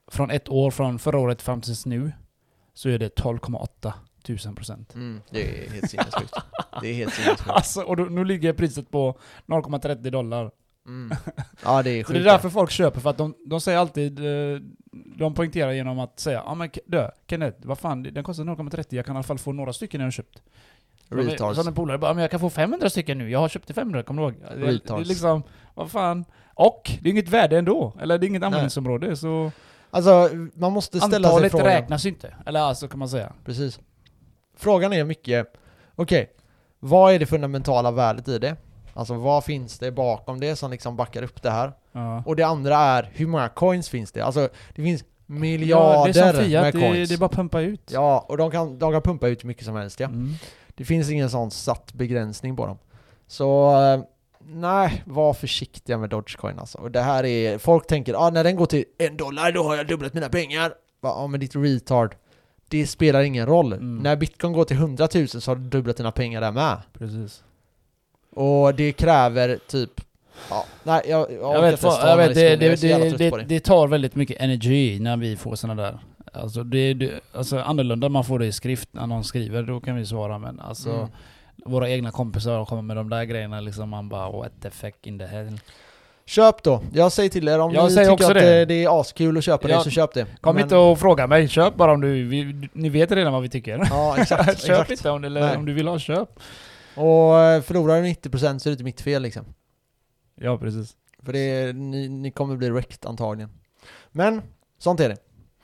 S2: från ett år från förra året fram tills nu så är det tolv komma åtta tusen procent.
S1: Mm, det är helt sinnessjukt. Det är helt sinnessjukt.
S2: Alltså, och då, nu ligger priset på noll komma trettio dollar.
S1: Mm. Ja, det är
S2: Så
S1: sjukt.
S2: det är därför folk köper, för att de, de säger alltid, eh, de poängterar genom att säga, ja ah, men dö, Kenneth, vad fan, den kostar noll komma trettio, jag kan i alla fall få några stycken jag har köpt.
S1: Retards.
S2: Så en polare bara, men jag kan få femhundra stycken nu, jag har köpt det femhundra, kommer du ihåg? Det, det
S1: Retards.
S2: är liksom, vad fan. Och det är inget värde ändå, eller det är inget användningsområde, så
S1: Alltså, man måste ställa sig
S2: antalet
S1: frågan.
S2: räknas inte, eller alltså kan man säga.
S1: Precis. Frågan är mycket, okej, okay, vad är det fundamentala värdet i det? Alltså vad finns det bakom det som liksom backar upp det här?
S2: Ja.
S1: Och det andra är, hur många coins finns det? Alltså det finns miljarder
S2: ja, det är som Fiat,
S1: med
S2: det,
S1: coins.
S2: det är bara pumpa ut.
S1: Ja, och de kan, de kan pumpa ut hur mycket som helst, ja.
S2: Mm.
S1: Det finns ingen sån satt begränsning på dem. Så eh, nej, var försiktiga med Dogecoin alltså. Och det här är, folk tänker, ah, när den går till en dollar då har jag dubblat mina pengar. Ja, ah, men ditt retard. Det spelar ingen roll.
S2: Mm.
S1: När bitcoin går till hundratusen så har du dubblat dina pengar där med.
S2: Precis.
S1: Och det kräver typ, ja, nej, jag, jag,
S2: Jag vet,
S1: testa
S2: jag vet det,
S1: jag är
S2: det,
S1: så jävla
S2: det,
S1: trött på
S2: det, det tar väldigt mycket energi när vi får såna där. Alltså, det, det, alltså annorlunda man får det i skrift när någon skriver, då kan vi svara, men alltså
S1: Mm.
S2: våra egna kompisar kommer med de där grejerna liksom, man bara what the fuck in the hell.
S1: Köp då. Jag säger till er, om
S2: Jag
S1: ni
S2: säger
S1: tycker
S2: också
S1: att
S2: det.
S1: det. det är askul att köpa
S2: Ja.
S1: det, så köp det.
S2: Kom
S1: Men-
S2: inte och fråga mig, köp bara om du, vi, ni vet redan vad vi tycker.
S1: Ja, exakt.
S2: Köp
S1: exakt.
S2: inte om, eller,
S1: Nej.
S2: om du vill ha, köp.
S1: Och eh, förlorar du nittio procent så är det inte mitt fel liksom.
S2: Ja, precis.
S1: För det är, ni, ni kommer bli wrecked antagligen. Men, sånt är det.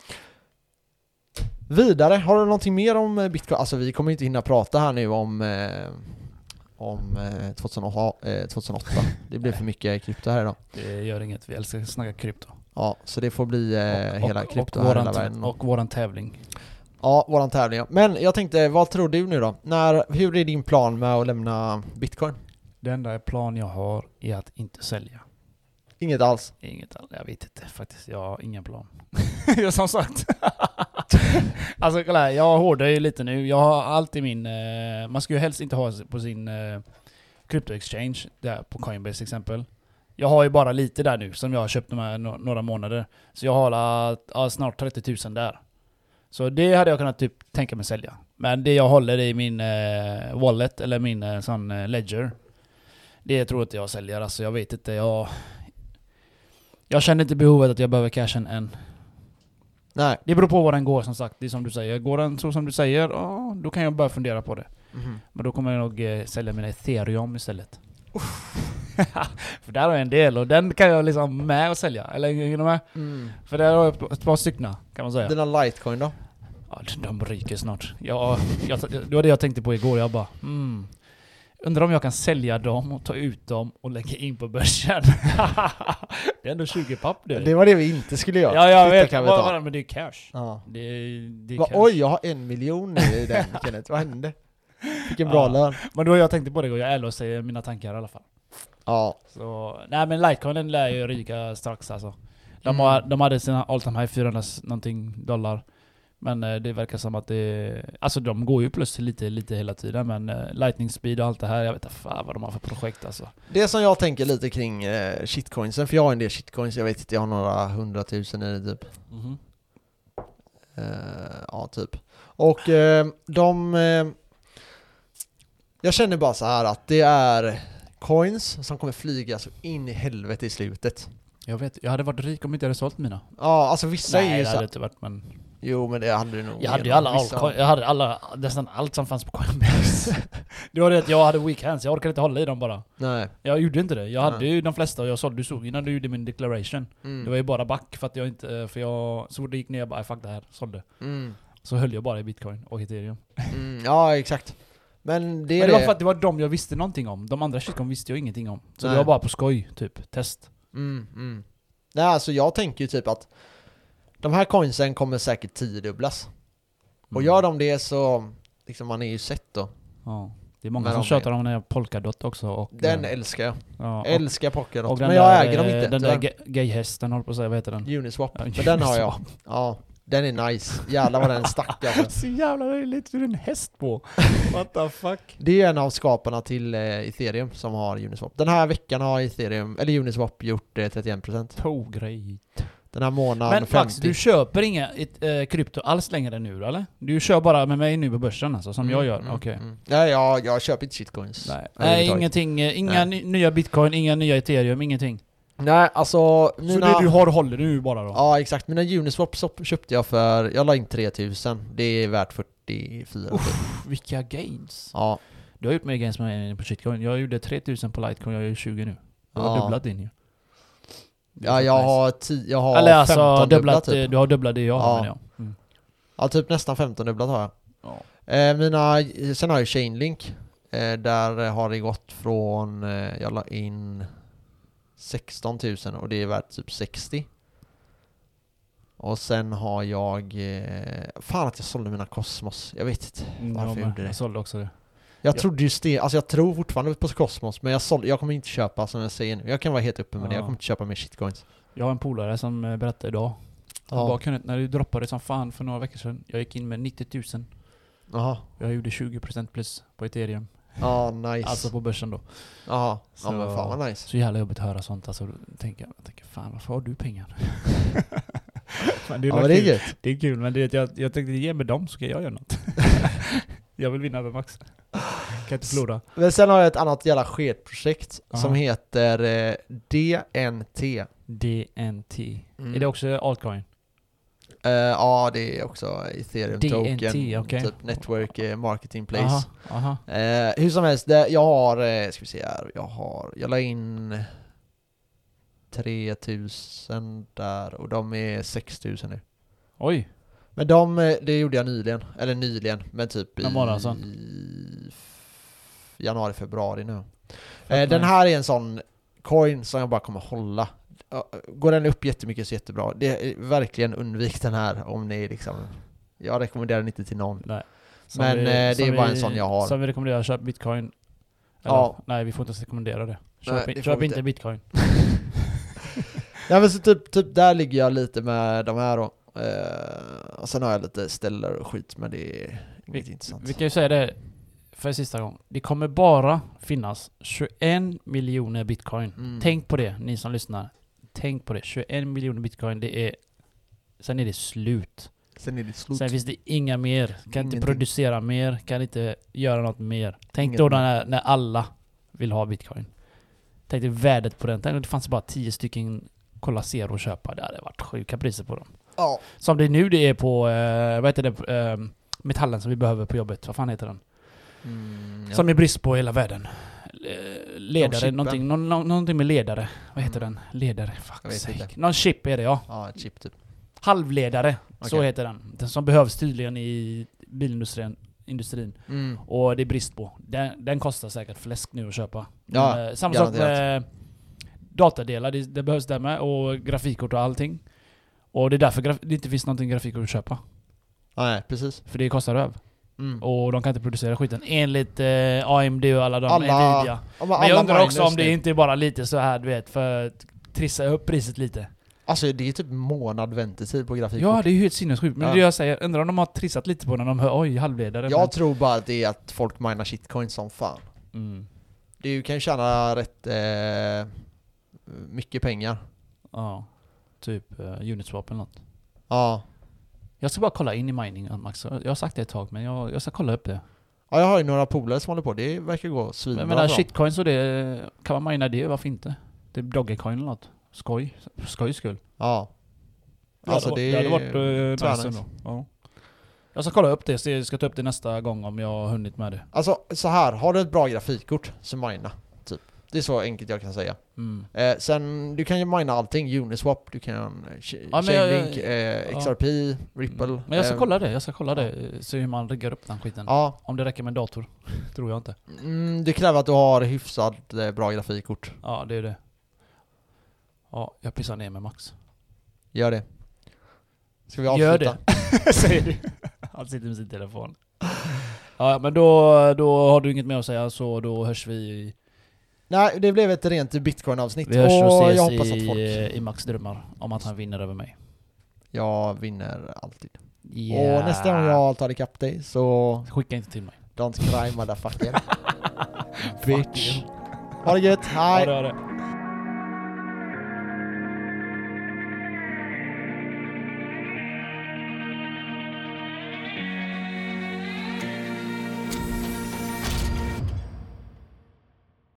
S1: Vidare, har du någonting mer om eh, Bitcoin? Alltså vi kommer inte hinna prata här nu om eh, om eh, tjugohundraåtta, eh, tjugohundraåtta. Det blir för mycket krypto här idag.
S2: Det gör inget, vi älskar att snacka krypto.
S1: Ja, så det får bli eh,
S2: och,
S1: hela
S2: och,
S1: krypto
S2: och,
S1: här i
S2: våran,
S1: hela världen.
S2: och våran tävling.
S1: Ja, våran tävling. Ja. Men jag tänkte, vad tror du nu då? När, hur är din plan med att lämna Bitcoin?
S2: Det enda plan jag har är att inte sälja.
S1: Inget alls.
S2: Inget alls, jag vet inte faktiskt. Jag har ingen plan. Jag som sagt. Alltså kolla här, jag hårdar ju lite nu. Jag har alltid min... Eh, man ska ju helst inte ha på sin eh, crypto exchange, där på Coinbase till exempel. Jag har ju bara lite där nu som jag har köpt de här no- några månader. Så jag har alla, ja, snart trettio tusen där. Så det hade jag kunnat typ tänka mig sälja. Men det jag håller i min eh, wallet eller min eh, sån eh, ledger, det tror jag inte jag säljer. Alltså jag vet inte, jag... Jag känner inte behovet att jag behöver cashen än.
S1: Nej.
S2: Det beror på vad den går som sagt. Det är som du säger. Går den så som du säger, ja, då kan jag börja fundera på det.
S1: Mhm.
S2: Men då kommer jag nog eh, sälja mina ethereum istället. För där har jag en del och den kan jag liksom med och sälja. Eller är du med?
S1: Mm.
S2: För där har jag ett par stycken kan man säga.
S1: Dina Litecoin då?
S2: Ja, de ryker snart. Jag, jag, det var det jag tänkte på igår. Jag bara, mm, undrar om jag kan sälja dem och ta ut dem och lägga in på börsen. Det är ändå tjugo papp det.
S1: Det var det vi inte skulle göra.
S2: Ja, jag
S1: Titta,
S2: vet.
S1: kan vi
S2: Vad,
S1: ta.
S2: vad, men det är cash.
S1: Ja.
S2: Det är, det är
S1: Va,
S2: cash.
S1: oj, jag har en miljon nu i den, Kenneth. Vad hände? Vilken bra
S2: Ja.
S1: lön.
S2: Men då jag tänkte på det igår. Jag är ärlig och säger mina tankar i alla fall.
S1: Ja.
S2: Så, nej men Litecoin lär ju ryka strax alltså. De,
S1: Mm.
S2: har, de hade sina all time high fyrahundra någonting dollar. Men eh, det verkar som att det... Alltså de går ju plus lite, lite hela tiden. Men eh, lightning speed och allt det här, jag vet inte fan vad de har för projekt alltså.
S1: Det som jag tänker lite kring eh, shitcoinsen, för jag har en del shitcoins, jag vet inte, jag har några hundratusen i det typ.
S2: Mhm.
S1: Eh, ja, typ. Och eh, de... Eh, jag känner bara så här att det är coins som kommer flyga så in i helvete i slutet.
S2: Jag vet, jag hade varit rik om inte jag hade sålt mina.
S1: Ja, alltså vissa är
S2: Nej
S1: ju
S2: det
S1: så...
S2: hade inte varit, men...
S1: Jo, men det hade du nog.
S2: Jag hade ju
S1: genom
S2: alla
S1: vissa-
S2: altcoin, jag hade alla, nästan allt som fanns på Coinbase. Det var det att jag hade weak hands, jag orkade inte hålla i dem bara.
S1: Nej.
S2: Jag gjorde inte det. Jag hade
S1: Nej.
S2: ju de flesta och jag sålde, du såg innan du gjorde min declaration.
S1: Mm.
S2: Det var ju bara back för att jag inte, för jag, så fort det gick ner jag bara, fuck det här, sålde.
S1: Mm.
S2: Så höll jag bara i bitcoin och ethereum.
S1: Mm. Ja, exakt. Men det är
S2: Men det var
S1: det.
S2: för att det var de jag visste någonting om. De andra shitcoin visste jag ingenting om. Så
S1: Nej.
S2: det var bara på skoj, typ, test.
S1: Mm, mm. Nej, alltså jag tänker ju typ att de här coinsen kommer säkert tiodubblas. Och
S2: Mm.
S1: gör de det så, liksom man är ju sett då.
S2: Ja. Det är många
S1: Men
S2: som
S1: de
S2: tjötar om den här Polkadot också. Och,
S1: Den
S2: eh,
S1: älskar jag.
S2: ja, och,
S1: Älskar Polkadot.
S2: och den
S1: Men jag
S2: där,
S1: äger dem
S2: eh,
S1: inte.
S2: Den där
S1: tyvärr.
S2: ga- gayhästen, håller på att säga, vad heter den?
S1: Uniswap.
S2: Ja,
S1: Men den har jag.
S2: Uniswap.
S1: Ja, den är nice. Jävlar vad den stack alltså.
S2: Så jävla löjligt, hur är en häst på? What the fuck?
S1: Det är en av skaparna till eh, Ethereum som har Uniswap. Den här veckan har Ethereum, eller Uniswap gjort eh, trettioen procent.
S2: Tog grej.
S1: Den här månaden
S2: Men
S1: femtio.
S2: Max, du köper inga ett, äh, krypto alls längre nu eller? Du kör bara med mig nu på börsen alltså, som
S1: Mm,
S2: jag gör?
S1: mm,
S2: Okej.
S1: mm. Nej, jag, jag köper inte shitcoins.
S2: Nej, Nej ingenting. äh, Inga
S1: Nej.
S2: ny, nya bitcoin, inga nya ethereum, ingenting.
S1: Nej, alltså... Mina...
S2: Så det du har håller du nu bara då?
S1: Ja, exakt. Mina Uniswap så- köpte jag för... Jag la in tre tusen. Det är värt fyrtiofyra.
S2: Uff, vilka gains.
S1: Ja.
S2: Du har gjort mer gains med mig på shitcoin. Jag gjorde tre tusen på Litecoin, jag gör tjugo nu. Jag har
S1: Ja.
S2: dubblat din ju. Det är
S1: Ja,
S2: fett
S1: jag
S2: nice.
S1: har, ti- jag har
S2: Eller alltså
S1: femton
S2: dubblat,
S1: dubblat typ.
S2: du har dubblat det jag har,
S1: Ja.
S2: men ja. Mm.
S1: Ja, typ nästan femton dubblat har jag.
S2: Ja.
S1: Eh, mina, sen har jag Chainlink. Eh, där har det gått från... Eh, jag la in sexton tusen och det är värt typ sextio. Och sen har jag... Eh, fan att jag sålde mina Cosmos. Jag vet inte
S2: Mm,
S1: varför
S2: jag,
S1: jag gjorde
S2: jag
S1: det.
S2: sålde också det.
S1: Jag
S2: Ja.
S1: trodde just det, alltså jag tror fortfarande på Cosmos, men jag, sålde, jag kommer inte köpa som jag säger nu. Jag kan vara helt uppe med det, jag kommer inte köpa mer shitcoins.
S2: Jag har en polare som eh, berättade idag. Han
S1: Ja.
S2: bara, kunde, när du droppade som fan för några veckor sedan, jag gick in med nittio tusen.
S1: Jaha.
S2: Jag gjorde tjugo procent plus på ethereum.
S1: Ja, nice.
S2: Alltså på börsen då.
S1: Jaha. Ja,
S2: Så-
S1: men fan vad nice.
S2: Så jävla jobbigt att höra sånt. Alltså, jag tänker, jag tänker fan varför har du pengar? men det, är
S1: Ja, men det är
S2: kul.
S1: gött.
S2: Det är kul, men det, jag, jag tänkte ge mig dem så kan jag göra något. jag vill vinna över Max. Kan inte förlora.
S1: Men sen har jag ett annat jävla skedprojekt
S2: Aha.
S1: som heter eh, D N T.
S2: D N T.
S1: Mm.
S2: Är det också altcoin?
S1: Eh, ja, det är också ethereum
S2: D N T,
S1: token,
S2: okej.
S1: typ network eh, marketing place.
S2: Aha, aha.
S1: Eh, hur som helst, det, jag har, eh, ska vi se här, jag har, jag la in tre tusen där och de är sex tusen nu.
S2: Oj.
S1: Men de, eh, det gjorde jag nyligen, eller nyligen, men typ
S2: När var det
S1: i
S2: alltså?
S1: f- januari, februari nu.
S2: Fett
S1: Eh, den
S2: nice.
S1: här är en sån coin som jag bara kommer hålla. Ja, går den upp jättemycket så jättebra. Det är verkligen undvik den här om ni liksom, jag rekommenderar den inte till någon.
S2: Nej. Som
S1: Men, eh, det är
S2: som
S1: bara en sån jag har.
S2: Som vi rekommenderar, köp bitcoin. Eller,
S1: Ja.
S2: Nej, vi får inte ens rekommendera det. Köp,
S1: Nej,
S2: in,
S1: det får
S2: köp
S1: vi
S2: inte
S1: inte.
S2: bitcoin.
S1: Ja, men så typ, typ där ligger jag lite med de här då. Eh, och sen har jag lite ställer och skit, men det är inget
S2: Vi-
S1: intressant.
S2: Vi kan ju säga det för sista gång. Det kommer bara finnas tjugoen miljoner bitcoin.
S1: Mm.
S2: Tänk på det, ni som lyssnar. Tänk på det. tjugoen miljoner bitcoin, det är... Sen är det slut.
S1: Sen är det slut.
S2: Sen finns det inga mer. Kan inte
S1: Ingenting.
S2: producera mer. Kan inte göra något mer. Tänk
S1: Inget
S2: då
S1: mer.
S2: när, när alla vill ha bitcoin. Tänk dig värdet på den. Tänk om det fanns bara tio stycken kolla Zero och köpa. Det hade varit sjuka priser på dem.
S1: Ja.
S2: Som det nu det är på, eh, vad heter det, eh, metallen som vi behöver på jobbet. Vad fan heter den?
S1: Mm, ja.
S2: Som är brist på i hela världen. Eh, Ledare,
S1: chippen.
S2: någonting, nå, nå, någonting med ledare. Vad heter
S1: Mm.
S2: den? Ledare,
S1: Jag
S2: fuck
S1: vet
S2: sake.
S1: inte.
S2: Någon chip är det, ja.
S1: Ja, ett chip typ.
S2: Halvledare, så
S1: Okej.
S2: heter den. Den som behövs tydligen i bilindustrin. Industrin.
S1: Mm.
S2: Och det är brist på. Den, den kostar säkert fläsk nu att köpa.
S1: Ja,
S2: Men, eh, samma sak
S1: garanterat.
S2: med datadelar, det, det behövs där med. Och grafikkort och allting. Och det är därför graf- det inte finns någonting grafikkort att köpa.
S1: Nej, precis.
S2: För det kostar röv.
S1: Mm.
S2: Och de kan inte producera skiten enligt eh, A M D och alla de,
S1: Alla-
S2: Nvidia.
S1: Ja, men
S2: Men jag
S1: alla
S2: undrar också
S1: miners
S2: om det
S1: nu.
S2: inte är bara lite så här, du vet, för att trissa upp priset lite.
S1: Alltså det är typ månad väntetid på grafikkort.
S2: Ja, det är ju helt sinnessjukt. Men
S1: Ja.
S2: det jag säger, undrar om de har trissat lite på när de hör oj, halvledare.
S1: Jag
S2: men...
S1: tror bara att det är att folk minar shitcoins som fan.
S2: Mm.
S1: Du kan ju tjäna rätt eh, mycket pengar.
S2: Ja. Typ uh, Uniswap eller något.
S1: Ja.
S2: Jag ska bara kolla in i mining, Max. Jag har sagt det ett tag, men jag, jag ska kolla upp det.
S1: Ja, jag har ju några polare som håller på. Det verkar gå svinbra.
S2: Men jag menar,
S1: bra.
S2: shitcoins och det, kan man mina det? Varför inte? Det är Dogecoin eller något. Skoj. Skojs skull.
S1: Ja.
S2: Ja,
S1: Alltså
S2: det,
S1: det,
S2: det hade varit uh,
S1: tvärnice.
S2: nice ändå. Ja. Jag ska kolla upp det, så jag ska ta upp det nästa gång om jag har hunnit med det.
S1: Alltså så här, har du ett bra grafikkort så mina. Typ. Det är så enkelt jag kan säga.
S2: Mm.
S1: Eh, sen, du kan ju mina allting. Uniswap, du kan eh, Ch-
S2: Ja, men jag-
S1: Chainlink, eh, X R P, Ripple.
S2: Mm. Men jag ska
S1: eh,
S2: kolla det, jag ska kolla det. eh, Se hur man riggar upp den skiten.
S1: Ja,
S2: Om det räcker med en dator. Tror jag inte.
S1: mm, det kräver att du har hyfsat eh, bra grafikkort.
S2: Ja, det är det. Ja, jag pissar ner med Max.
S1: Gör det. Ska vi avsluta?
S2: Gör det. Säger du. Han sitter med sin telefon. Ja, men då, då har du inget mer att säga, så då hörs vi.
S1: Nej, det blev ett rent bitcoin-avsnitt.
S2: Vi hörs och
S1: och
S2: ses
S1: jag hoppas att
S2: i,
S1: folk...
S2: i Max drömmar om att han vinner över mig.
S1: Jag vinner alltid.
S2: Yeah.
S1: Och nästa gång jag tar ikapp dig så...
S2: Skicka inte till mig.
S1: Don't cry motherfucker.
S2: Fuck
S1: Bitch.
S2: you.
S1: Ha det gött, hej!
S2: Ha det, ha det.